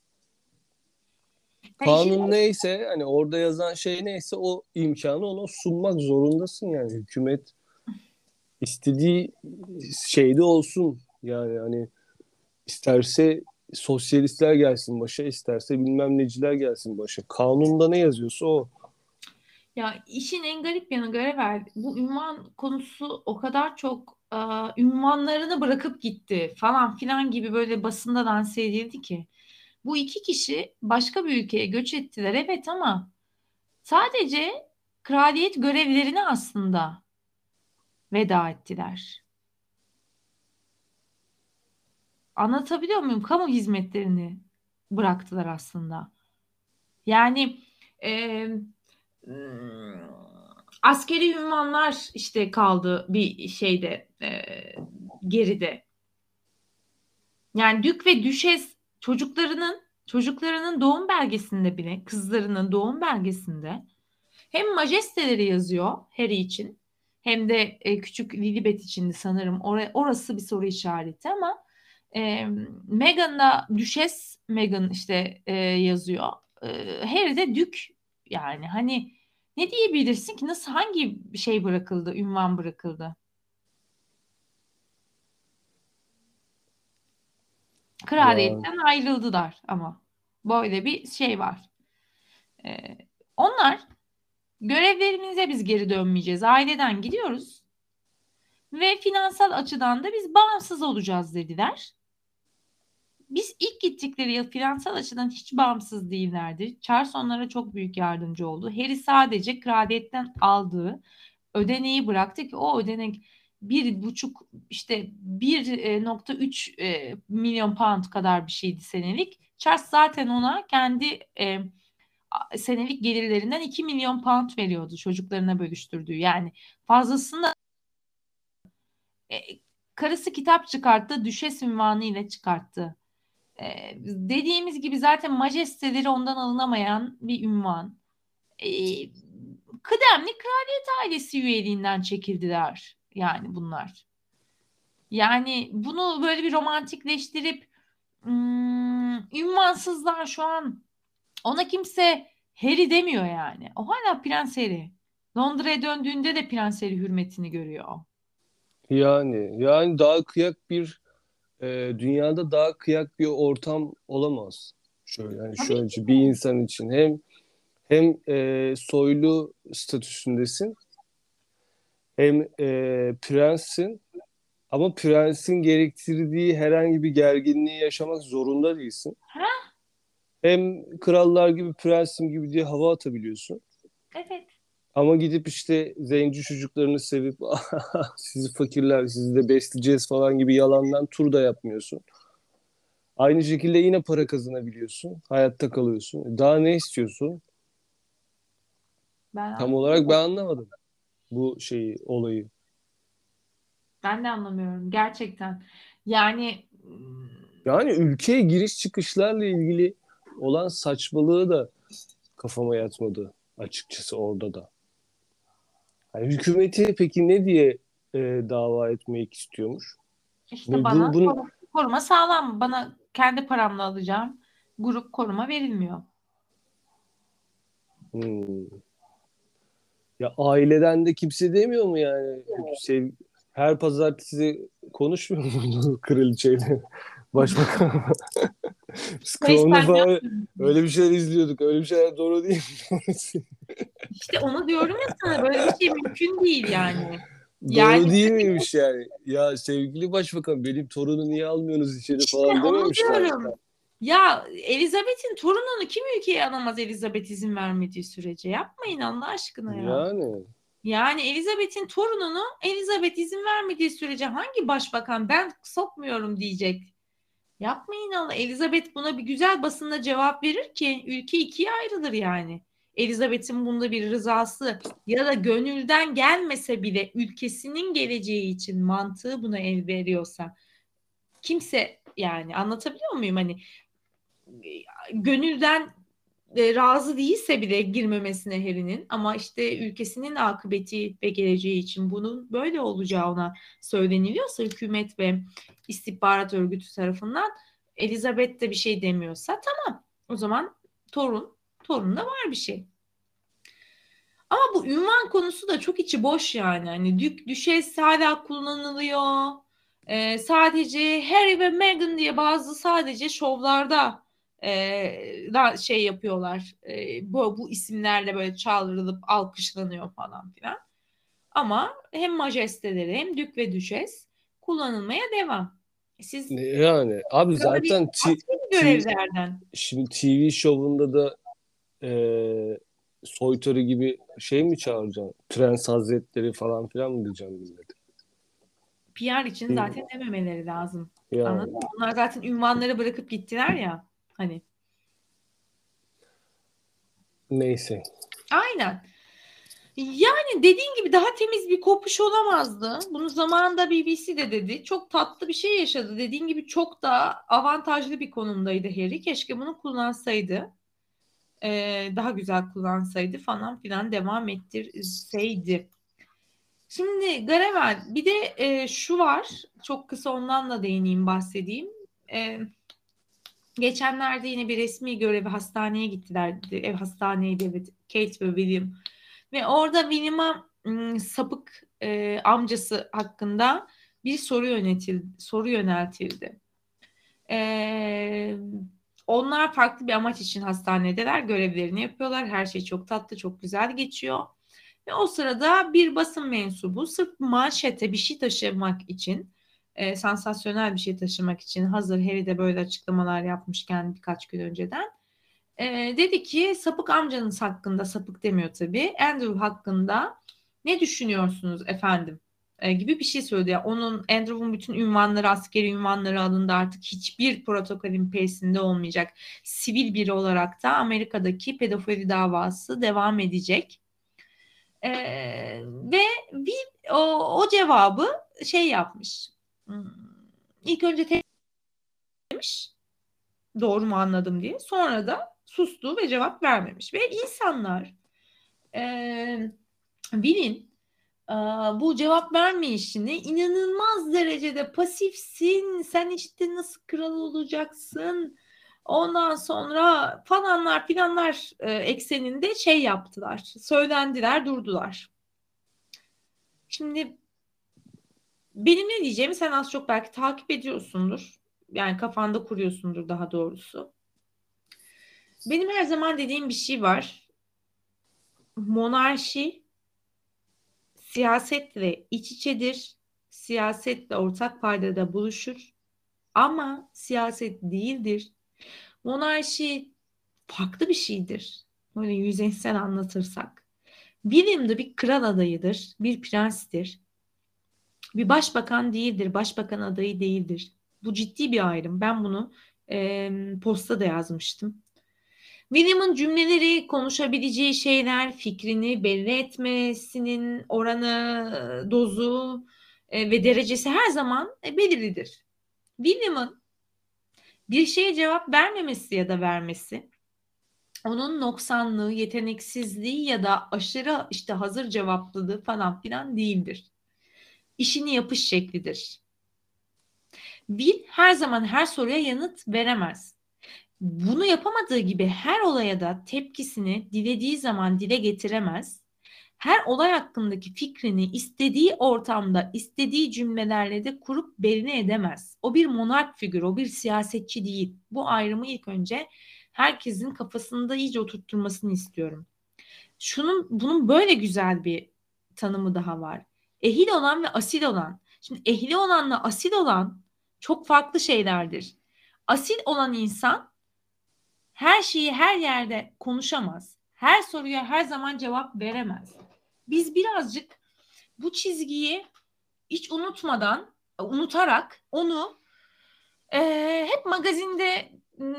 ya işin Kanun neyse hani orada yazan şey neyse o imkanı ona sunmak zorundasın yani hükümet istediği şeyde olsun yani hani isterse sosyalistler gelsin başa isterse bilmem neciler gelsin başa kanunda ne yazıyorsa o. işin en garip yanı, Garever, bu ünvan konusu o kadar çok ünvanlarını bırakıp gitti falan filan gibi böyle basında lanse edildi ki. Bu iki kişi başka bir ülkeye göç ettiler, evet, ama sadece kraliyet görevlerini aslında veda ettiler. Anlatabiliyor muyum? Kamu hizmetlerini bıraktılar aslında. Yani e, hmm, askeri ünvanlar işte kaldı bir şeyde, geride. Yani dük ve düşes çocuklarının doğum belgesinde bile, kızlarının doğum belgesinde hem majesteleri yazıyor Harry için, hem de küçük Lilibet için de sanırım orası bir soru işareti, ama Meghan'da Düşes Meghan işte yazıyor. Harry de Dük, yani hani ne diyebilirsin ki, nasıl, hangi şey bırakıldı, ünvan bırakıldı? Ya Kraliyetten ayrıldılar ama böyle bir şey var. Ee, Onlar, görevlerimize biz geri dönmeyeceğiz. Aileden gidiyoruz ve finansal açıdan da biz bağımsız olacağız dediler. Biz ilk gittikleri yıl finansal açıdan hiç bağımsız değillerdi. Charles onlara çok büyük yardımcı oldu. Harry sadece kraliyetten aldığı ödeneği bıraktı ki o ödenek 1,5 işte 1,3 milyon pound kadar bir şeydi senelik. Charles zaten ona kendi senelik gelirlerinden 2 milyon pound veriyordu çocuklarına bölüştürdüğü. Yani fazlasını e, karısı kitap çıkarttı, düşes ünvanı ile çıkarttı. Dediğimiz gibi zaten majesteleri ondan alınamayan bir ünvan. Ee, Kıdemli kraliyet ailesi üyeliğinden çekildiler yani bunlar. Yani bunu böyle bir romantikleştirip ünvansızlar şu an, ona kimse Harry demiyor yani. O hala Prens Harry. Londra'ya döndüğünde de Prens Harry hürmetini görüyor. yani daha kıyak bir dünyada daha kıyak bir ortam olamaz. Şöyle yani Tabii ki şöyle bir de. insan için hem soylu statüsündesin hem prenssin ama prensin gerektirdiği herhangi bir gerginliği yaşamak zorunda değilsin. Ha? Hem krallar gibi prensim gibi diye hava atabiliyorsun. Evet. Ama gidip işte zenci çocuklarını sevip sizi fakirler sizi de besleyeceğiz falan gibi yalandan tur da yapmıyorsun. Aynı şekilde yine para kazanabiliyorsun. Hayatta kalıyorsun. Daha ne istiyorsun? Ben Tam olarak ben anlamıyorum. anlamadım bu şeyi, olayı. Ben de anlamıyorum gerçekten. Yani Yani ülkeye giriş çıkışlarla ilgili olan saçmalığı da kafama yatmadı açıkçası orada da. Yani hükümeti peki ne diye dava etmek istiyormuş? işte Bu, bana bu, bunun koruma sağlam. Bana kendi paramla alacağım grup koruma verilmiyor. Hmm. Ya aileden de kimse demiyor mu yani? Her pazartesi konuşmuyor muydu kraliçeyle? Başbakan. Biz Hayır, Crown'da sen falan yapmıyorsun. öyle bir şeyler izliyorduk. Öyle bir şeyler doğru değil mi? İşte onu diyorum ya sana, böyle bir şey mümkün değil yani. Yani Doğru değil miymiş yani? Ya sevgili başbakan benim torunu niye almıyorsunuz içeri işte falan onu dememişler. diyorum. Ya Elizabeth'in torununu kim ülkeye alamaz, Elizabeth izin vermediği sürece? Yapmayın Allah aşkına ya. Yani Yani Elizabeth'in torununu Elizabeth izin vermediği sürece hangi başbakan ben sokmuyorum diyecek. Yapmayın Allah. Elizabeth buna bir güzel basında cevap verir ki ülke ikiye ayrılır yani. Elizabeth'in bunda bir rızası ya da gönülden gelmese bile ülkesinin geleceği için mantığı buna el veriyorsa, kimse, yani anlatabiliyor muyum, hani gönülden razı değilse bile girmemesine Harry'nin, ama işte ülkesinin akıbeti ve geleceği için bunun böyle olacağı ona söyleniliyorsa hükümet ve istihbarat örgütü tarafından, Elizabeth de bir şey demiyorsa tamam, o zaman torunda var bir şey. Ama bu ünvan konusu da çok içi boş yani. Hani düşes hala kullanılıyor. Sadece Harry ve Meghan diye bazı sadece şovlarda şey yapıyorlar. Bu isimlerle böyle çağrılıp alkışlanıyor falan filan. Ama hem majesteleri hem dük ve düşes kullanılmaya devam. Siz yani abi kraliyet zaten askeri t- görevlerden. şimdi TV şovunda da soytarı gibi şey mi çağıracaksın? Prens Hazretleri falan filan mı diyeceğim millete? PR için Değil mi? zaten dememeleri lazım. Anladın Yani mı? Onlar zaten ünvanları bırakıp gittiler ya. Hani neyse. aynen. Yani dediğin gibi daha temiz bir kopuş olamazdı. Bunu zamanında BBC de dedi. Çok tatlı bir şey yaşadı. Dediğin gibi çok da avantajlı bir konumdaydı Harry. Keşke bunu kullansaydı. Daha güzel kullansaydı falan filan, devam ettirseydi. Şimdi Garevel, bir de şu var. Çok kısa ondan da değineyim, bahsedeyim. e, geçenlerde yine bir resmi görevi hastaneye gittiler. Ev hastaneydi, evet. Kate ve William. Ve orada William'a sapık amcası hakkında bir soru yöneltildi. E, Onlar farklı bir amaç için hastanedeler. Görevlerini yapıyorlar. Her şey çok tatlı, çok güzel geçiyor. Ve o sırada bir basın mensubu sırf manşete bir şey taşımak için, sansasyonel bir şey taşımak için, hazır Harry de böyle açıklamalar yapmışken birkaç gün önceden, dedi ki sapık amcanız hakkında, sapık demiyor tabii, Andrew hakkında ne düşünüyorsunuz efendim? Gibi bir şey söyledi. Yani Andrew'un bütün ünvanları, askeri ünvanları alındı, artık hiçbir protokolün peşinde olmayacak. Sivil biri olarak da Amerika'daki pedofili davası devam edecek. Ve bir o cevabı şey yapmış. Hmm, İlk önce demiş, doğru mu anladım diye. Sonra da sustu ve cevap vermemiş. Ve insanlar e, Will'in bu cevap vermeyişini, inanılmaz derecede pasifsin, sen işte nasıl kral olacaksın, ondan sonra falanlar filanlar ekseninde şey yaptılar. Söylendiler, durdular. Şimdi benim ne diyeceğimi sen az çok belki takip ediyorsundur. Yani kafanda kuruyorsundur daha doğrusu. Benim her zaman dediğim bir şey var. Monarşi siyasetle iç içedir. Siyasetle ortak paydada buluşur. Ama siyaset değildir. Monarşi farklı bir şeydir. Böyle yüzeysel anlatırsak. William da bir kral adayıdır, bir prenstir. Bir başbakan değildir, başbakan adayı değildir. Bu ciddi bir ayrım. Ben bunu posta da yazmıştım. William'ın cümleleri, konuşabileceği şeyler, fikrini belli etmesinin oranı, dozu ve derecesi her zaman belirlidir. William'ın bir şeye cevap vermemesi ya da vermesi, onun noksanlığı, yeteneksizliği ya da aşırı işte hazır cevaplılığı falan filan değildir. İşini yapış şeklidir. Will her zaman her soruya yanıt veremez. Bunu yapamadığı gibi her olaya da tepkisini dilediği zaman dile getiremez. Her olay hakkındaki fikrini istediği ortamda, istediği cümlelerle de kurup beline edemez. O bir monark figürü, o bir siyasetçi değil. Bu ayrımı ilk önce herkesin kafasında iyice oturtturmasını istiyorum. Bunun böyle güzel bir tanımı daha var. Ehil olan ve asil olan. Şimdi ehli olanla asil olan çok farklı şeylerdir. Asil olan insan her şeyi her yerde konuşamaz. Her soruya her zaman cevap veremez. Biz birazcık bu çizgiyi hiç unutarak onu hep magazinde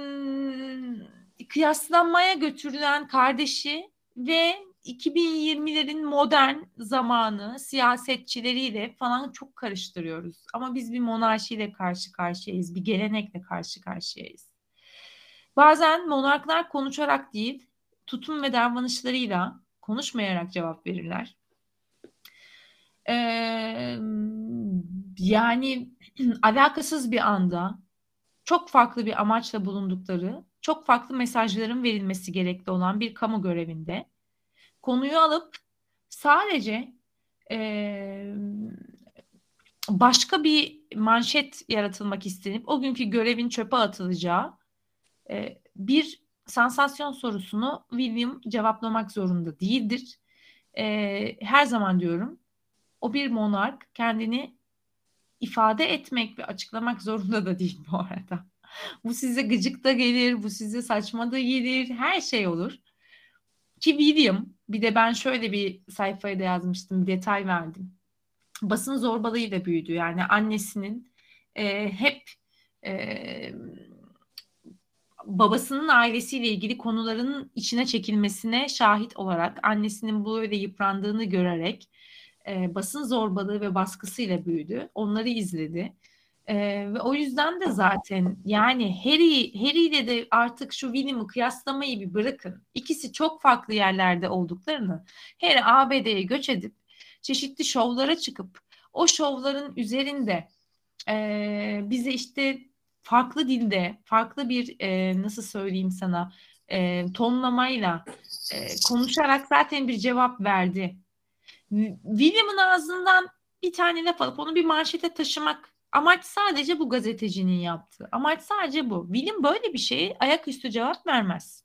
kıyaslanmaya götürülen kardeşi ve 2020'lerin modern zamanı siyasetçileriyle falan çok karıştırıyoruz. Ama biz bir monarşiyle karşı karşıyayız, bir gelenekle karşı karşıyayız. Bazen monarklar konuşarak değil, tutum ve davranışlarıyla konuşmayarak cevap verirler. Yani alakasız bir anda çok farklı bir amaçla bulundukları, çok farklı mesajların verilmesi gerekli olan bir kamu görevinde konuyu alıp sadece e, başka bir manşet yaratılmak istenip o günkü görevin çöpe atılacağı bir sansasyon sorusunu William cevaplamak zorunda değildir. Her zaman diyorum, o bir monark, kendini ifade etmek ve açıklamak zorunda da değil bu arada. Bu size gıcık da gelir, bu size saçma da gelir, her şey olur. Ki William, bir de ben şöyle bir sayfaya da yazmıştım, bir detay verdim. Basın zorbalığıyla büyüdü. Yani annesinin hep e, babasının ailesiyle ilgili konuların içine çekilmesine şahit olarak, annesinin böyle yıprandığını görerek basın zorbalığı ve baskısıyla büyüdü. Onları izledi. Ve o yüzden de zaten yani Harry ile de artık şu William'ı kıyaslamayı bir bırakın. İkisi çok farklı yerlerde olduklarını, Harry ABD'ye göç edip çeşitli şovlara çıkıp o şovların üzerinde bize işte farklı dilde, farklı bir nasıl söyleyeyim sana, tonlamayla konuşarak zaten bir cevap verdi. William'ın ağzından bir tane laf alıp onu bir manşete taşımak, amaç sadece bu gazetecinin yaptığı. Amaç sadece bu. William böyle bir şeye ayaküstü cevap vermez.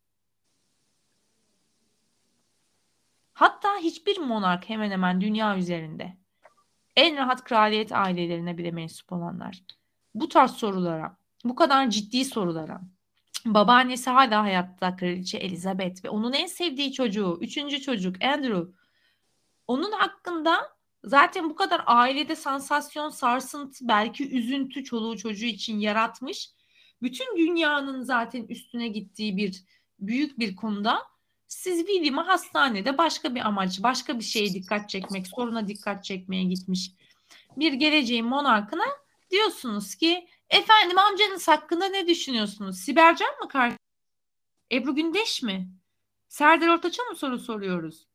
Hatta hiçbir monark hemen hemen dünya üzerinde, en rahat kraliyet ailelerine bile mensup olanlar, bu tarz sorulara, bu kadar ciddi sorulara, babaannesi hala hayatta, Kraliçe Elizabeth ve onun en sevdiği çocuğu, üçüncü çocuk Andrew, onun hakkında zaten bu kadar ailede sansasyon, sarsıntı, belki üzüntü çoluğu çocuğu için yaratmış. Bütün dünyanın zaten üstüne gittiği bir büyük bir konuda siz William'ı hastanede başka bir amaç, başka bir şeye dikkat çekmek, soruna dikkat çekmeye gitmiş bir geleceğin monarkına diyorsunuz ki efendim amcanız hakkında ne düşünüyorsunuz? Sibel Can mı karşı? Ebru Gündeş mi? Serdar Ortaç'a mı soru soruyoruz?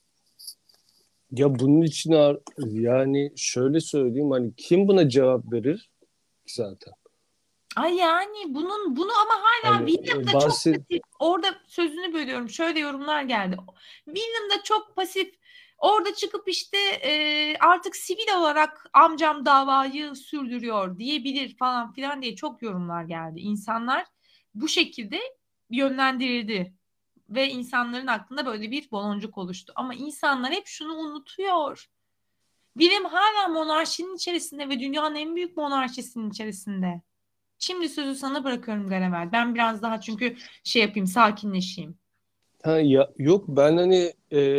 Ya bunun için yani şöyle söyleyeyim, hani kim buna cevap verir ki zaten? Ay yani bunu ama hala Hani William da çok pasif. Orada sözünü bölüyorum. Şöyle yorumlar geldi. William da çok pasif. Orada çıkıp işte artık sivil olarak amcam davayı sürdürüyor diyebilir falan filan diye çok yorumlar geldi. İnsanlar bu şekilde yönlendirildi ve insanların aklında böyle bir baloncuk oluştu. Ama insanlar hep şunu unutuyor. William hala monarşinin içerisinde ve dünyanın en büyük monarşisinin içerisinde. Şimdi sözü sana bırakıyorum Ganevel. Ben biraz daha çünkü şey yapayım, sakinleşeyim. ha, ya, yok ben hani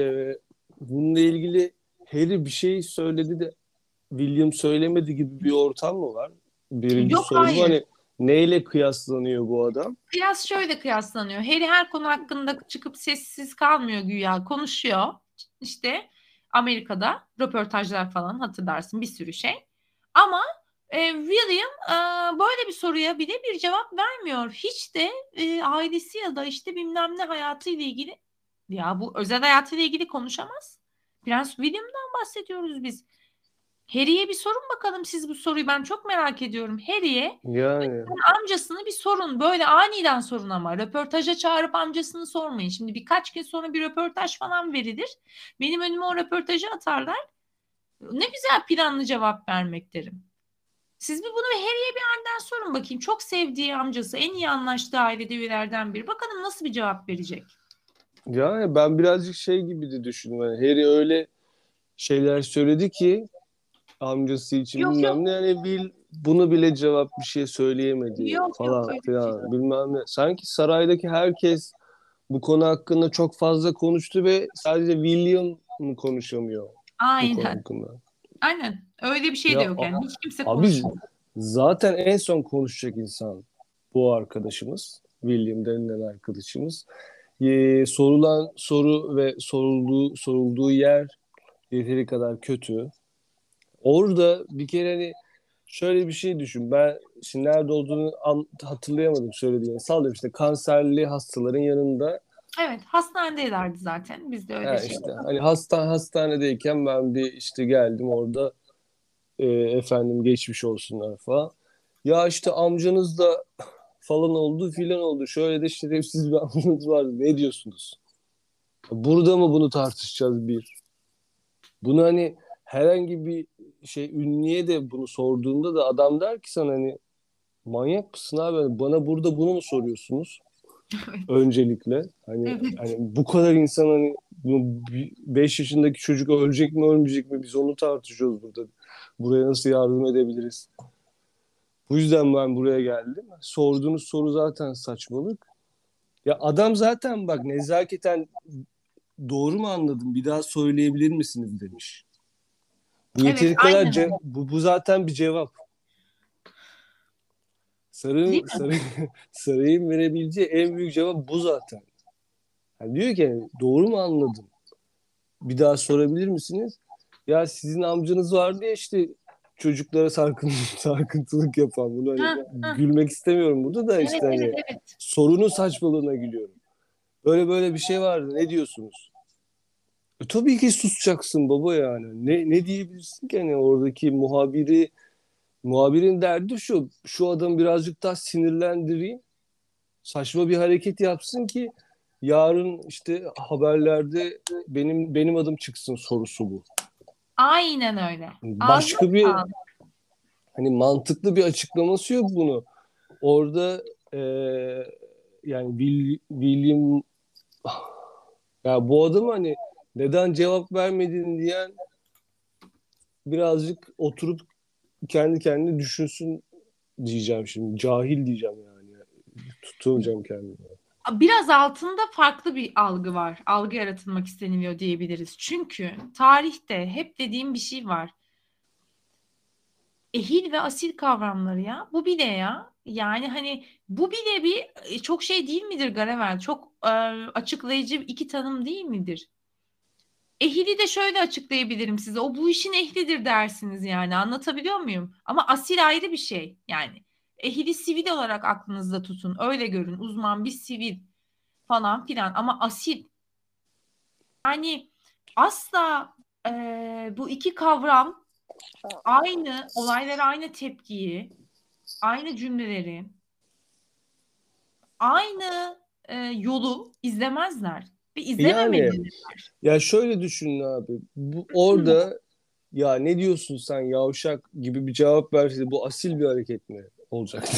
bununla ilgili Harry bir şey söyledi de William söylemedi gibi bir ortam mı var? Birinci Yok soru bu, hayır. hani neyle kıyaslanıyor bu adam? Biraz şöyle kıyaslanıyor. Harry her konu hakkında çıkıp sessiz kalmıyor güya. Konuşuyor. İşte Amerika'da röportajlar falan hatırlarsın bir sürü şey. Ama William böyle bir soruya bile bir cevap vermiyor. Hiç de ailesi ya da işte bilmem ne hayatıyla ilgili, ya bu özel hayatıyla ilgili konuşamaz. Prens William'dan bahsediyoruz biz. Harry'e bir sorun bakalım, siz bu soruyu, ben çok merak ediyorum. Harry'e Yani amcasını bir sorun. Böyle aniden sorun ama. Röportaja çağırıp amcasını sormayın. Şimdi birkaç gün sonra bir röportaj falan verilir. Benim önüme o röportajı atarlar. Ne güzel planlı cevap vermek derim. Siz bir bunu Harry'e bir aniden sorun bakayım. Çok sevdiği amcası, en iyi anlaştığı ailede üyelerden biri. Bakalım nasıl bir cevap verecek. yani ben birazcık şey gibi de düşündüm. Yani Harry öyle şeyler söyledi ki amcası için Yok yok bilmem ne, yani bunu bile cevap bir şey söyleyemedi yok yok falan öyle bir şey filan yok. bilmem ne. Sanki saraydaki herkes bu konu hakkında çok fazla konuştu ve sadece William mı konuşamıyor bu konu Aynen. hakkında? Aynen. Öyle bir şey de Ya yok yani. Hiç kimse abi konuşmuyor. zaten en son konuşacak insan bu arkadaşımız. William denilen arkadaşımız. Sorulan soru ve sorulduğu yer yeteri kadar kötü. Orada bir kere hani şöyle bir şey düşün. Ben şimdi nerede olduğunu hatırlayamadım söylediğini. Sallıyorum, işte kanserli hastaların yanında, Evet, hastanedeylerdi zaten. Biz de öyle ha şey. işte hani hastanedeyken ben bir işte geldim orada, efendim geçmiş olsunlar falan. Ya işte amcanız da falan oldu filan oldu. Şöyle de şerefsiz bir amcanız vardı. Ne diyorsunuz? Burada mı bunu tartışacağız bir? Bunu hani herhangi bir şey ünlüye de bunu sorduğunda da adam der ki sana, hani manyak mısın abi? Hani bana burada bunu mu soruyorsunuz? Öncelikle hani Evet. bu kadar insan, hani 5 yaşındaki çocuk ölecek mi ölmeyecek mi, biz onu tartışıyoruz burada. Buraya nasıl yardım edebiliriz? Bu yüzden ben buraya geldim. Sorduğunuz soru zaten saçmalık. Ya adam zaten bak nezaketen doğru mu anladım? Bir daha söyleyebilir misiniz demiş. Bu Evet, yeteri kadar aynen öyle. bu zaten bir cevap. Değil mi? Sarayın verebileceği en büyük cevap bu zaten. Yani diyor ki hani, doğru mu anladım? Bir daha sorabilir misiniz? Ya sizin amcanız vardı ya işte çocuklara sarkıntılık yapan, bunu hani Ha, ha. gülmek istemiyorum burada da, Evet, işte evet, hani evet. sorunun saçmalığına gülüyorum. Böyle böyle bir şey vardı, ne diyorsunuz? Tabii ki susacaksın baba yani. Ne diyebilirsin ki, hani oradaki muhabiri Muhabirin derdi şu adamı birazcık daha sinirlendireyim. Saçma bir hareket yapsın ki yarın işte haberlerde benim adım çıksın sorusu bu. Aynen öyle. Ağzına Başka bir sağlık. hani mantıklı bir açıklaması yok bunu. Orada yani William ya bu adam hani neden cevap vermedin diyen birazcık oturup kendi kendine düşünsün diyeceğim şimdi. Cahil diyeceğim yani. Tutamayacağım kendimi. Biraz altında farklı bir algı var. Algı yaratılmak isteniliyor diyebiliriz. Çünkü tarihte hep dediğim bir şey var. Ehil ve asil kavramları ya. Bu bile ya. Yani hani bu bile bir çok şey değil midir Garevel? Çok açıklayıcı iki tanım değil midir? Ehili de şöyle açıklayabilirim size. O bu işin ehlidir dersiniz yani. Anlatabiliyor muyum? Ama asil ayrı bir şey. Yani ehili sivil olarak aklınızda tutun. Öyle görün. Uzman bir sivil falan filan. Ama asil yani asla bu iki kavram aynı olaylara aynı tepkiyi, aynı cümleleri, aynı yolu izlemezler ve Yani izlememeliler. ya şöyle düşünün abi. Orada ya ne diyorsun sen yavşak gibi bir cevap verseydi bu asil bir hareket mi olacaktı?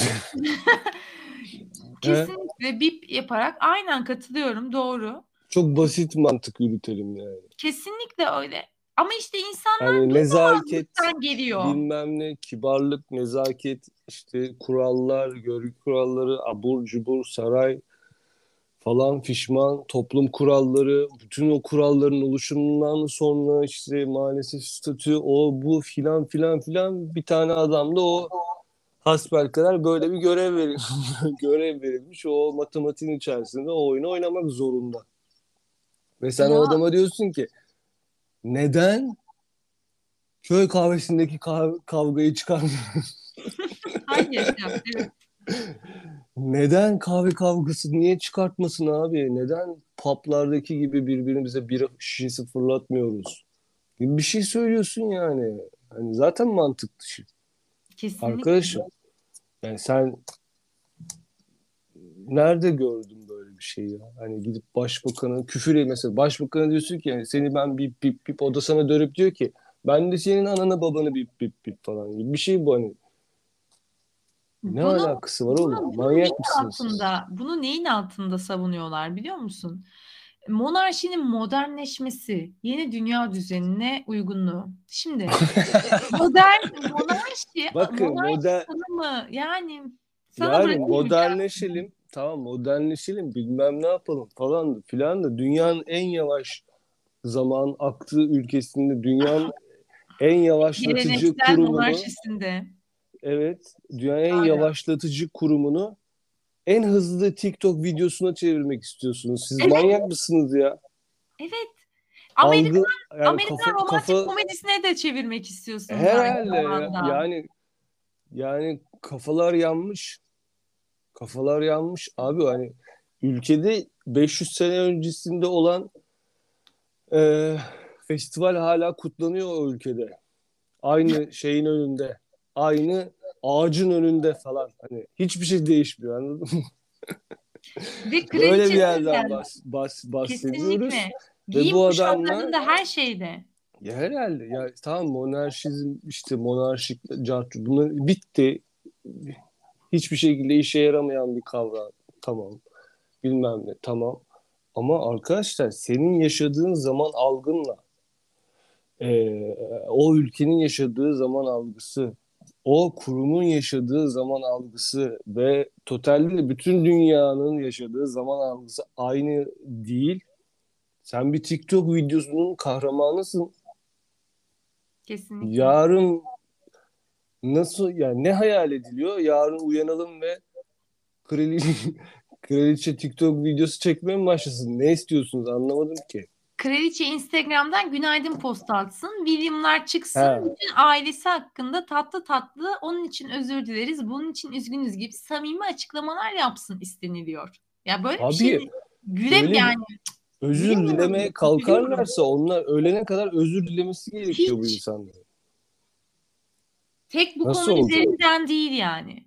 He? Kesinlikle bip yaparak aynen katılıyorum. Doğru. Çok basit mantık yürütelim yani. Kesinlikle öyle. Ama işte insanlar Hani nezaket, duymamazlıktan geliyor. bilmem ne, kibarlık, nezaket, işte kurallar, görgü kuralları, abur cubur, saray falan fişman, toplum kuralları, bütün o kuralların oluşumundan sonra işte maalesef statü, o bu filan filan filan bir tane adam da o hasbelkader böyle bir görev görev verilmiş. O matematiğin içerisinde o oyunu oynamak zorunda. Ve sen o Ya adama diyorsun ki neden köy kahvesindeki kavgayı çıkarmıyorsun? hayır ya evet. Neden kahve kavgası niye çıkartmasın abi? Neden publardaki gibi birbirimize bira şişesi fırlatmıyoruz? Bir şey söylüyorsun yani. Hani zaten mantık dışı. Kesinlikle. Arkadaşım yani sen nerede gördün böyle bir şey ya? Hani gidip başbakanı küfür mesela başbakana diyorsun ki yani seni ben bip bip bip o da sana dönüp diyor ki ben de senin ananı babanı bip bip bip falan gibi bir şey bu hani. Ne Bunu alakası var bunu oğlum? bunu Manyak neyin mısınız siz? altında bunu neyin altında savunuyorlar biliyor musun? Monarşinin modernleşmesi, yeni dünya düzenine uygunluğu. Şimdi Bakın monarşi tanımı yani sana yani bırakıyorum ya. modernleşelim tamam modernleşelim bilmem ne yapalım falan filan da dünyanın en yavaş zaman aktığı ülkesinde dünyanın en yavaşlatıcı Geleneksel kurumunu monarşisinde. evet dünyanın en Aynen. yavaşlatıcı kurumunu en hızlı TikTok videosuna çevirmek istiyorsunuz. Siz Evet, manyak mısınız ya? evet. Algı yani Amerikan romantik komedisine de çevirmek istiyorsunuz aynı herhalde zamanda. yani kafalar yanmış. Kafalar yanmış. Abi hani ülkede 500 sene öncesinde olan e, festival hala kutlanıyor o ülkede. Aynı şeyin önünde. Aynı ağacın önünde falan. Hani hiçbir şey değişmiyor anladın mı? Ve Böyle bir yerden kraliçesinden bahsediyoruz. kesinlikle Ve giyim bu adamlar kuşamlarında her şeyde. ya herhalde ya tamam monarşizm işte monarşik cartçı bunlar bitti. Hiçbir şekilde işe yaramayan bir kavram. Tamam. Bilmem ne tamam. Ama arkadaşlar senin yaşadığın zaman algınla o ülkenin yaşadığı zaman algısı, o kurumun yaşadığı zaman algısı ve totalde de bütün dünyanın yaşadığı zaman algısı aynı değil. Sen bir TikTok videosunun kahramanısın. Kesinlikle. Yarın nasıl yani ne hayal ediliyor? Yarın uyanalım ve kraliçe, kraliçe TikTok videosu çekmeye mi başlasın? Ne istiyorsunuz anlamadım ki. Kraliçe Instagram'dan günaydın post atsın. William'lar çıksın. Ha, Bütün ailesi hakkında tatlı tatlı onun için özür dileriz, bunun için üzgünüz gibi samimi açıklamalar yapsın isteniliyor. Ya böyle bir abi şey güle öyle yani özür bilemiyorum. dilemeye Üzülüyorum. kalkarlarsa onlar ölene kadar özür dilemesi gerekiyor bu Hiç insanların. Tek bu Nasıl konu olacak? üzerinden değil yani.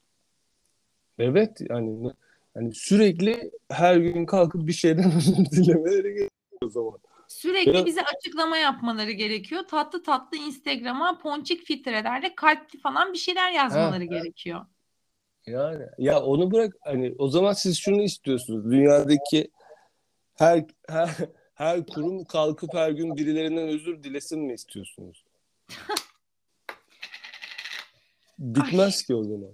Evet yani sürekli her gün kalkıp bir şeyden özür dilemeleri gerekiyor o zaman. Sürekli Ya, bize açıklama yapmaları gerekiyor. Tatlı tatlı Instagram'a ponçik filtrelerle kalpli falan bir şeyler ha yazmaları gerekiyor. yani ya onu bırak, hani o zaman siz şunu istiyorsunuz. Dünyadaki her her her kurum kalkıp her gün birilerinden özür dilesin mi istiyorsunuz? Ay, Bitmez ki o zaman.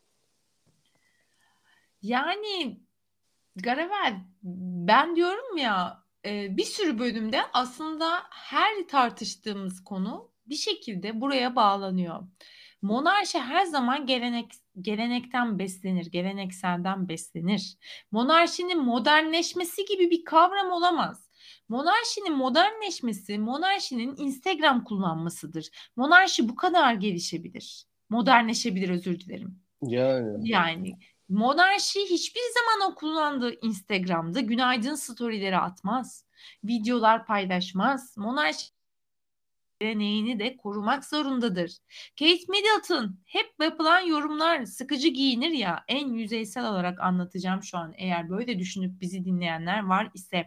yani Garavel, ben diyorum ya, bir sürü bölümde aslında her tartıştığımız konu bir şekilde buraya bağlanıyor. Monarşi her zaman gelenekten beslenir, gelenekselden beslenir. Monarşinin modernleşmesi gibi bir kavram olamaz. Monarşinin modernleşmesi, monarşinin Instagram kullanmasıdır. Monarşi bu kadar gelişebilir. Modernleşebilir, özür dilerim. Yani Yani monarşi hiçbir zaman o kullandığı Instagram'da günaydın storyleri atmaz. Videolar paylaşmaz. Monarşi geleneğini de korumak zorundadır. Kate Middleton hep yapılan yorumlar sıkıcı giyinir ya, en yüzeysel olarak anlatacağım şu an, eğer böyle düşünüp bizi dinleyenler var ise.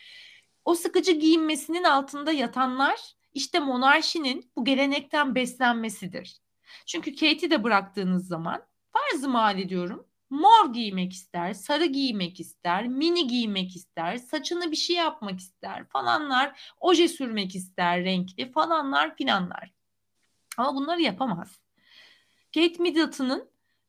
O sıkıcı giyinmesinin altında yatanlar işte monarşinin bu gelenekten beslenmesidir. Çünkü Kate'i de bıraktığınız zaman farzı mal ediyorum, mor giymek ister, sarı giymek ister, mini giymek ister, saçını bir şey yapmak ister falanlar, oje sürmek ister renkli falanlar filanlar. Ama bunları yapamaz. Kate Middleton'ın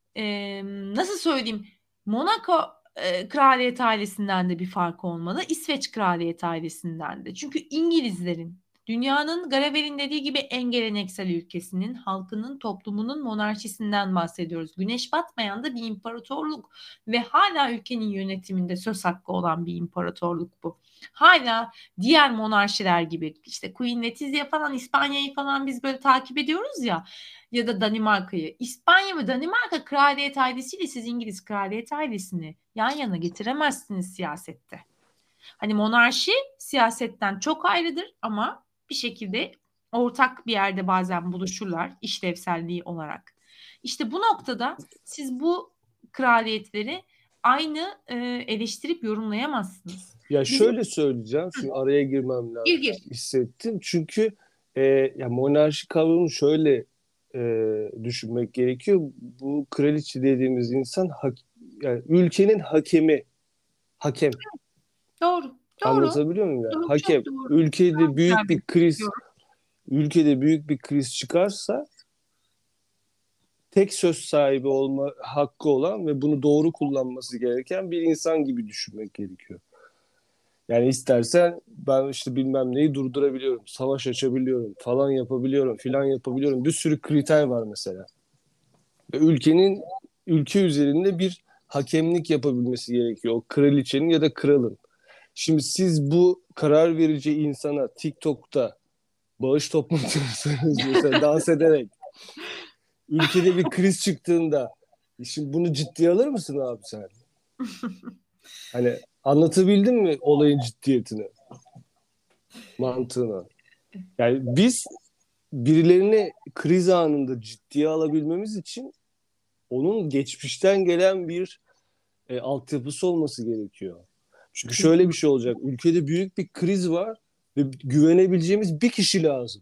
nasıl söyleyeyim, Monaco kraliyet ailesinden de bir farkı olmalı. İsveç kraliyet ailesinden de. Çünkü İngilizlerin, dünyanın Garavel'in dediği gibi en geleneksel ülkesinin, halkının, toplumunun monarşisinden bahsediyoruz. Güneş batmayan da bir imparatorluk ve hala ülkenin yönetiminde söz hakkı olan bir imparatorluk bu. Hala diğer monarşiler gibi işte Queen Letizia falan, İspanya'yı falan biz böyle takip ediyoruz ya, ya da Danimarka'yı. İspanya ve Danimarka kraliyet ailesiyle siz İngiliz kraliyet ailesini yan yana getiremezsiniz siyasette. Hani monarşi siyasetten çok ayrıdır ama bir şekilde ortak bir yerde bazen buluşurlar işlevselliği olarak. İşte bu noktada siz bu kraliyetleri aynı eleştirip yorumlayamazsınız. ya Bizim şöyle söyleyeceğim. Şimdi araya girmem gir lazım. gir. Hissettim. Çünkü ya monarşi kavramını şöyle düşünmek gerekiyor. Bu kraliçe dediğimiz insan yani ülkenin hakemi. Hakem. Doğru. Doğru. Anlatabiliyor muyum ya? Doğru. Hakem. Çok doğru. Ülkede Güzel büyük bir bir kriz, yorum. ülkede büyük bir kriz çıkarsa tek söz sahibi olma hakkı olan ve bunu doğru kullanması gereken bir insan gibi düşünmek gerekiyor. Yani istersen ben işte bilmem neyi durdurabiliyorum, savaş açabiliyorum, falan yapabiliyorum, filan yapabiliyorum. Bir sürü kriter var mesela. Ve ülke üzerinde bir hakemlik yapabilmesi gerekiyor. O kraliçenin ya da kralın. Şimdi siz bu karar verici insana TikTok'ta bağış toplatıyorsanız mesela dans ederek ülkede bir kriz çıktığında şimdi bunu ciddiye alır mısın abi sen? Hani anlatabildim mi olayın ciddiyetini, mantığını? Yani biz birilerini kriz anında ciddiye alabilmemiz için onun geçmişten gelen bir altyapısı olması gerekiyor. Çünkü şöyle bir Kesin, şey olacak. Ülkede büyük bir kriz var ve güvenebileceğimiz bir kişi lazım.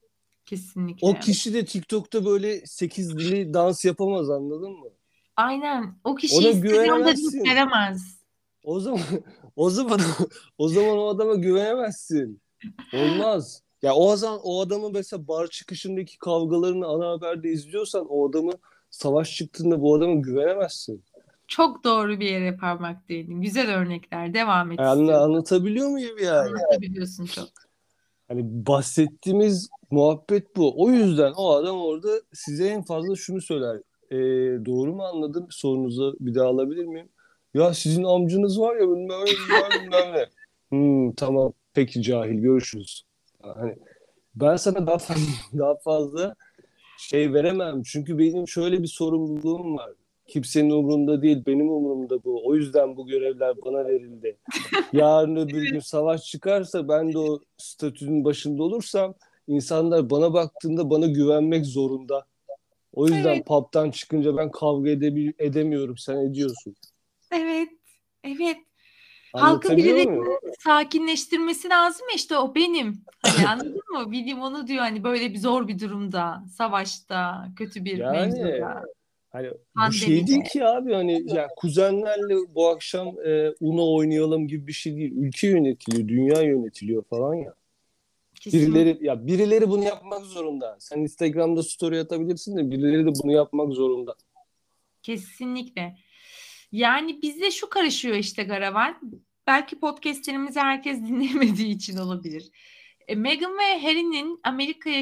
O kesinlikle. kişi de TikTok'ta böyle 8 dili dans yapamaz, anladın mı? Aynen. O kişi Ona Instagram'da link güvenemezsin. veremez. O zaman o zaman o zaman o adama güvenemezsin. Olmaz. Ya o zaman o adamın mesela bar çıkışındaki kavgalarını ana haberde izliyorsan o adamı savaş çıktığında bu adama güvenemezsin. Çok doğru bir yere parmak değdin. Güzel örnekler. Devam et istiyorum. Anlatabiliyor muyum yani? Anlatabiliyorsun çok. Hani bahsettiğimiz muhabbet bu. O yüzden o adam orada size en fazla şunu söyler. Doğru mu anladım? Sorunuzu bir daha alabilir miyim? Ya sizin amcınız var ya bilmem ne. Tamam peki cahil görüşürüz. Hani ben sana daha fazla, daha fazla şey veremem. Çünkü benim şöyle bir sorumluluğum var. Kimsenin umurunda değil, benim umurumda bu. O yüzden bu görevler bana verildi. Yarın öbür gün savaş çıkarsa ben de o statünün başında olursam insanlar bana baktığında bana güvenmek zorunda. O yüzden Evet, pub'dan çıkınca ben kavga edemiyorum. Sen ediyorsun. evet, evet. Halkı Anlatabiliyor muyum? birilerinin sakinleştirmesi lazım ya, işte o benim. Hani anladın mı? Bilim onu diyor, hani böyle bir zor bir durumda, savaşta, kötü bir Yani mevzuda, hani bu şey değil pandemide. ki abi, hani ya kuzenlerle bu akşam Uno oynayalım gibi bir şey değil. Ülke yönetiliyor, dünya yönetiliyor falan ya. Kesin, Birileri bunu yapmak zorunda. Sen Instagram'da story atabilirsin de birileri de bunu yapmak zorunda. kesinlikle. Yani bizde şu karışıyor işte Garavan. Belki podcastlerimizi herkes dinlemediği için olabilir. Meghan ve Harry'nin Amerika'ya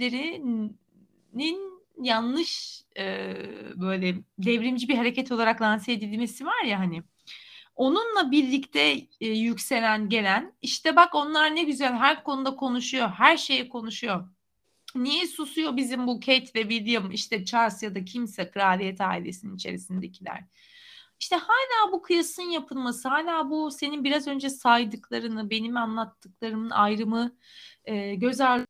gidişlerinin yanlış, böyle devrimci bir hareket olarak lanse edilmesi var ya hani. Onunla birlikte yükselen gelen, işte bak onlar ne güzel her konuda konuşuyor, her şeye konuşuyor. Niye susuyor bizim bu Kate ve William, işte Charles ya da kimse kraliyet ailesinin içerisindekiler. İşte hala bu kıyasın yapılması, hala bu senin biraz önce saydıklarını, benim anlattıklarımın ayrımı göz ardı.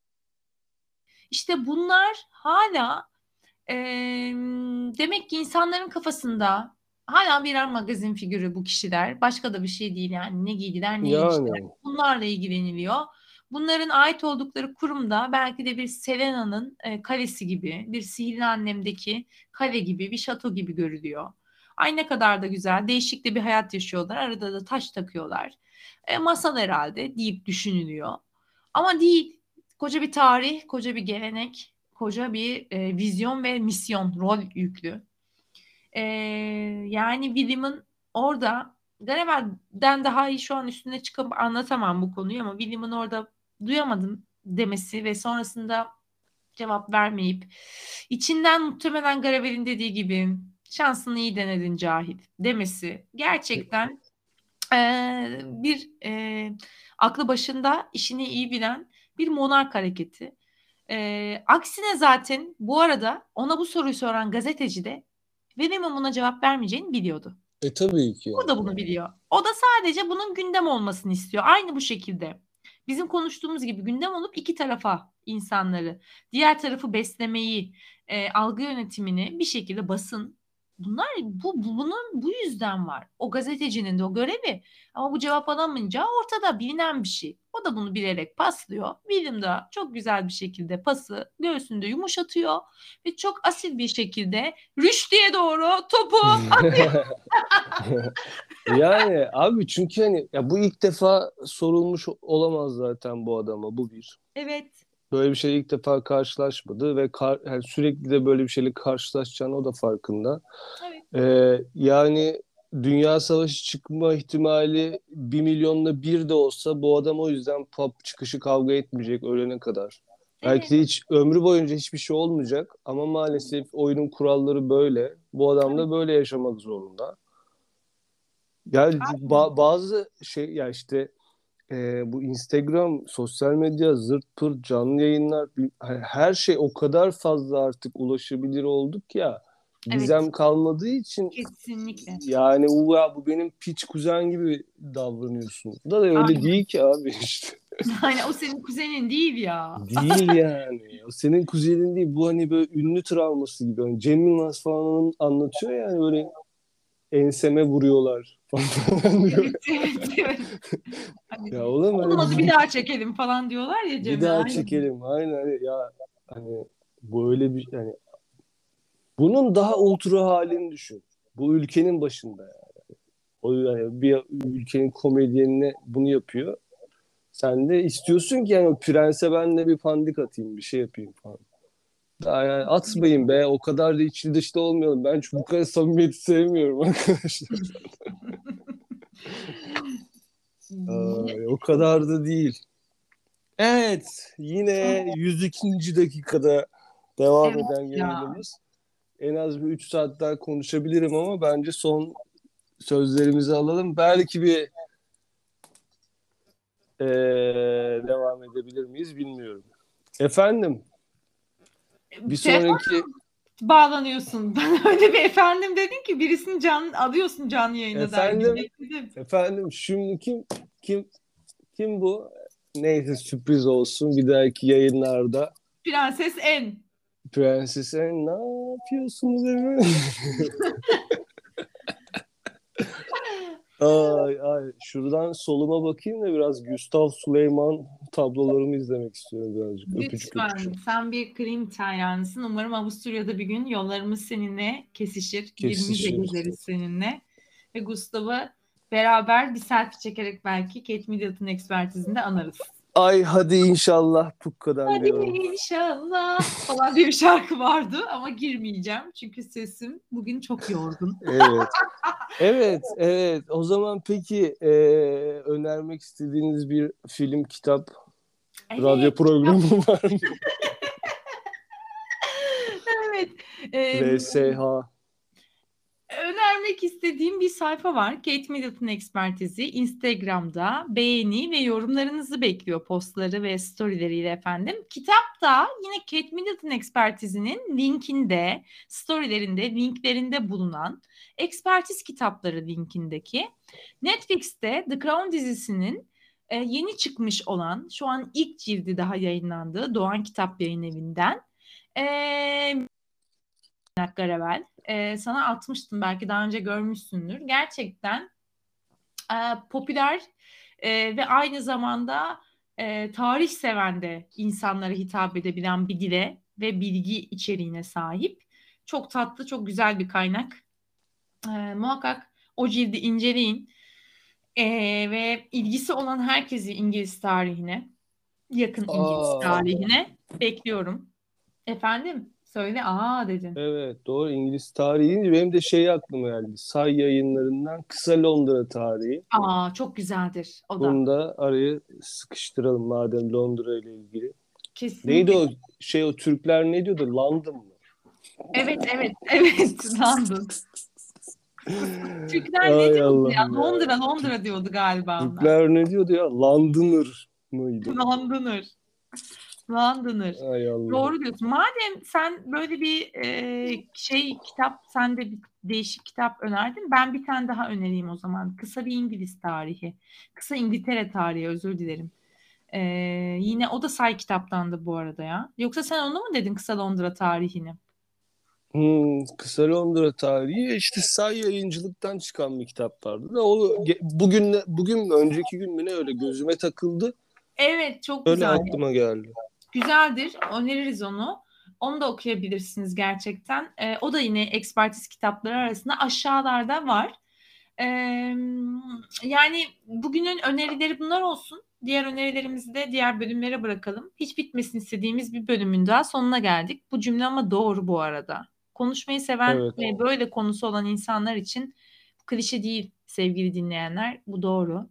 İşte bunlar hala, e, demek ki insanların kafasında hala birer magazin figürü bu kişiler. Başka da bir şey değil yani, ne giydiler ne içtiler. Yani Bunlarla ilgileniliyor. Bunların ait oldukları kurumda belki de bir Selena'nın kalesi gibi, bir Sihirli Annem'deki kale gibi, bir şato gibi görülüyor. Ay ne kadar da güzel, değişik de bir hayat yaşıyorlar. Arada da taş takıyorlar. Masal herhalde deyip düşünülüyor. Ama değil. Koca bir tarih, koca bir gelenek, koca bir vizyon ve misyon, rol yüklü. E, Yani William'ın orada, Garavel'den daha iyi şu an üstüne çıkıp anlatamam bu konuyu, ama William'ın orada duyamadım demesi ve sonrasında cevap vermeyip içinden muhtemelen Garavel'in dediği gibi şansını iyi denedin cahil demesi gerçekten bir aklı başında işini iyi bilen bir monark hareketi. Aksine zaten bu arada ona bu soruyu soran gazeteci de Venom'un buna cevap vermeyeceğini biliyordu. tabii ki. O da bunu biliyor. O da sadece bunun gündem olmasını istiyor. Aynı bu şekilde. Bizim konuştuğumuz gibi gündem olup iki tarafa insanları, diğer tarafı beslemeyi, algı yönetimini bir şekilde basın. Bunun bu yüzden var. O gazetecinin de o görevi. Ama bu cevap alamayınca ortada bilinen bir şey. O da bunu bilerek paslıyor. William da çok güzel bir şekilde pası göğsünde yumuşatıyor ve çok asil bir şekilde Rüştü'ye doğru topu atıyor. Yani abi çünkü hani ya bu ilk defa sorulmuş olamaz zaten bu adama, bu bir. Evet. Böyle bir şey ilk defa karşılaşmadı ve yani sürekli de böyle bir şeyle karşılaşacağını o da farkında. Evet. Yani dünya savaşı çıkma ihtimali 1 milyonla 1 de olsa bu adam o yüzden pub çıkışı kavga etmeyecek ölene kadar. Belki Evet. de hiç ömrü boyunca hiçbir şey olmayacak ama maalesef oyunun kuralları böyle. Bu adam Evet. da böyle yaşamak zorunda. Yani bazı şey ya işte bu Instagram, sosyal medya, zırt pırt, canlı yayınlar, hani her şey o kadar fazla artık ulaşabilir olduk ya. Evet. Gizem kalmadığı için Kesinlikle. yani bu benim piç kuzen gibi davranıyorsun. Da öyle Aynen. değil ki abi işte. Aynen. O senin kuzenin değil ya. Değil yani. O senin kuzenin değil. Bu hani böyle ünlü travması gibi. Hani Cem Yılmaz falan anlatıyor yani, böyle enseme vuruyorlar falan diyor. Evet, evet, evet. Hani, Ya oğlum hani olmadı biz bir daha çekelim falan diyorlar ya bir Cem'e. daha Aynen. çekelim. Aynen ya, hani böyle bir yani bunun daha ultra halini düşün. Bu ülkenin başında yani. O yani bir ülkenin komedyenine bunu yapıyor. Sen de istiyorsun ki yani o prense ben de bir pandik atayım, bir şey yapayım falan. Daha yani atmayın be, o kadar da içli dışta olmayalım. Ben çünkü bu kadar samimiyeti sevmiyorum arkadaşlar. Yine O kadar da değil. Evet, yine 102. dakikada devam evet eden ya. yayınımız. En az bir 3 saat daha konuşabilirim ama bence son sözlerimizi alalım. Belki bir devam edebilir miyiz bilmiyorum. Efendim, bir Telefon sonraki bağlanıyorsun. Ben öyle bir efendim dedin ki birisini alıyorsun canlı yayına der gibi efendim bekledim. efendim şimdi kim kim bu? Neyse, sürpriz olsun bir dahaki yayınlarda. Prenses En. Prensese ne yapıyorsunuz efendim? Ay ay, şuradan soluma bakayım da biraz Gustav Süleyman tablolarımı izlemek istiyorum birazcık. Öpücük Lütfen. öpücük. Sen bir krim hayranısın. Umarım Avusturya'da bir gün yollarımız seninle kesişir. Bir müze Kesişir. gezeriz seninle. Ve Gustav'ı beraber bir selfie çekerek belki Kate Middleton ekspertizinde anarız. Ay hadi inşallah Pukka'dan Hadi diyorum. inşallah falan diye bir şarkı vardı ama girmeyeceğim. Çünkü sesim bugün çok yorgun. Evet. Evet, evet. O zaman peki önermek istediğiniz bir film, kitap, radyo Evet, programı var mı? evet. Ee, VSH. Önermek istediğim bir sayfa var. Kate Middleton Ekspertizi. Instagram'da beğeni ve yorumlarınızı bekliyor, postları ve storyleriyle efendim. Kitap da yine Kate Middleton Ekspertizi'nin linkinde, storylerinde, linklerinde bulunan ekspertiz kitapları linkindeki. Netflix'te The Crown dizisinin yeni çıkmış olan, şu an ilk cildi daha yayınlandığı Doğan Kitap Yayın Evi'nden dakika evvel. Sana atmıştım, belki daha önce görmüşsündür. Gerçekten popüler ve aynı zamanda tarih seven de insanlara hitap edebilen bir dile ve bilgi içeriğine sahip. Çok tatlı, çok güzel bir kaynak. Muhakkak o cildi inceleyin. Ve ilgisi olan herkesi İngiliz tarihine, yakın İngiliz Aa, tarihine bekliyorum. Efendim, söyle dedin. evet doğru, İngiliz tarihi deyince benim de şey aklıma geldi. Say Yayınlarından Kısa Londra Tarihi. Çok güzeldir o da. Bunu da araya sıkıştıralım madem Londra ile ilgili. Neydi Kesinlikle. o şey, o Türkler ne diyordu? London mı? Evet, evet, evet. London. Türkler ne Ay diyordu ya? Allah'ım ya. Londra, Londra diyordu galiba onlar. Türkler ne diyordu ya? Londoner mıydı? Londoner. Londoner. Ay Allah'ım. Doğru diyorsun. Madem sen böyle bir kitap, sen de bir değişik kitap önerdin. Ben bir tane daha önereyim o zaman. Kısa bir İngiliz tarihi. Kısa İngiltere tarihi, özür dilerim. E, Yine o da say kitaptandı bu arada ya. Yoksa sen onu mu dedin, kısa Londra tarihini? Kısa Londra Tarihi işte Say Yayıncılık'tan çıkan bir kitap vardı da o bugün mü önceki gün mü ne, öyle gözüme takıldı. Evet, çok Öyle güzel. aklıma geldi. Güzeldir. Öneririz onu. Onu da okuyabilirsiniz gerçekten. O da yine ekspertiz kitapları arasında aşağılarda var. Ee, Yani bugünün önerileri bunlar olsun. Diğer önerilerimizi de diğer bölümlere bırakalım. Hiç bitmesini istediğimiz bir bölümün daha sonuna geldik. Bu cümle ama doğru bu arada. Konuşmayı seven Evet. ve böyle konusu olan insanlar için klişe değil sevgili dinleyenler. Bu doğru.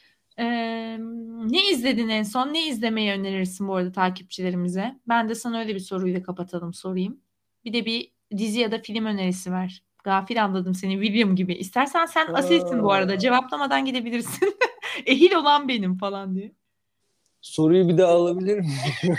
Ne izledin en son? Ne izlemeyi önerirsin bu arada takipçilerimize? Ben de sana öyle bir soruyla kapatalım, sorayım. Bir de bir dizi ya da film önerisi ver. Gafil anladım seni, William gibi. İstersen sen asilsin bu arada. Aa, Cevaplamadan gidebilirsin. Ehil olan benim falan diye. soruyu bir daha alabilir miyim?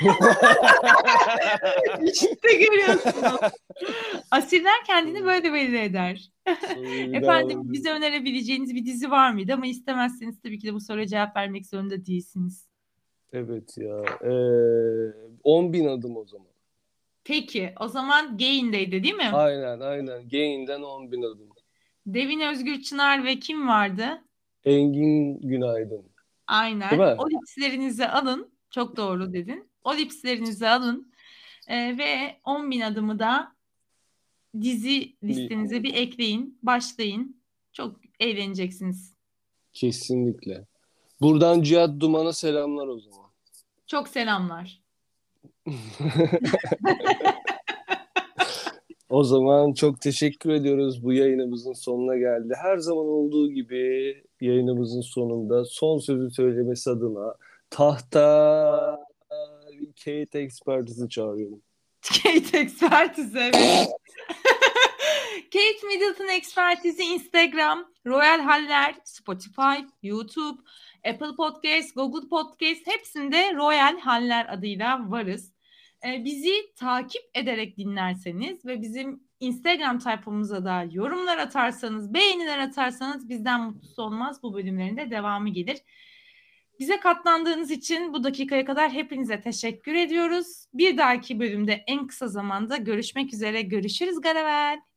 İşte görüyorsun. Asiller kendini böyle belli eder. Soruyu bir daha Efendim, alabilir bize miyim? önerebileceğiniz bir dizi var mıydı? Ama istemezseniz tabii ki de bu soruya cevap vermek zorunda değilsiniz. Evet ya. 10 bin adım o zaman. Peki, o zaman Gain'deydi değil mi? Aynen aynen. Gain'den 10 bin adım. Devin Özgür Çınar ve kim vardı? Engin Günaydın. Değil Aynen. mi? O lipslerinizi alın. Çok doğru dedin. O lipslerinizi alın. Ve 10 bin adımı da dizi listenize bir ekleyin. Başlayın. Çok eğleneceksiniz. Kesinlikle. Buradan Cihat Duman'a selamlar o zaman. Çok selamlar. O zaman çok teşekkür ediyoruz. Bu yayınımızın sonuna geldi. Her zaman olduğu gibi yayınımızın sonunda son sözü söylemesi adına tahta Kate Expertiz'i çağırıyorum. Kate Ekspertizi, evet. Kate Middleton Ekspertizi Instagram, Royal Haller, Spotify, YouTube, Apple Podcast, Google Podcast, hepsinde Royal Haller adıyla varız. Bizi takip ederek dinlerseniz ve bizim Instagram sayfamıza da yorumlar atarsanız, beğeniler atarsanız bizden mutlusu olmaz. Bu bölümlerin de devamı gelir. Bize katlandığınız için bu dakikaya kadar hepinize teşekkür ediyoruz. Bir dahaki bölümde en kısa zamanda görüşmek üzere. Görüşürüz Garavel.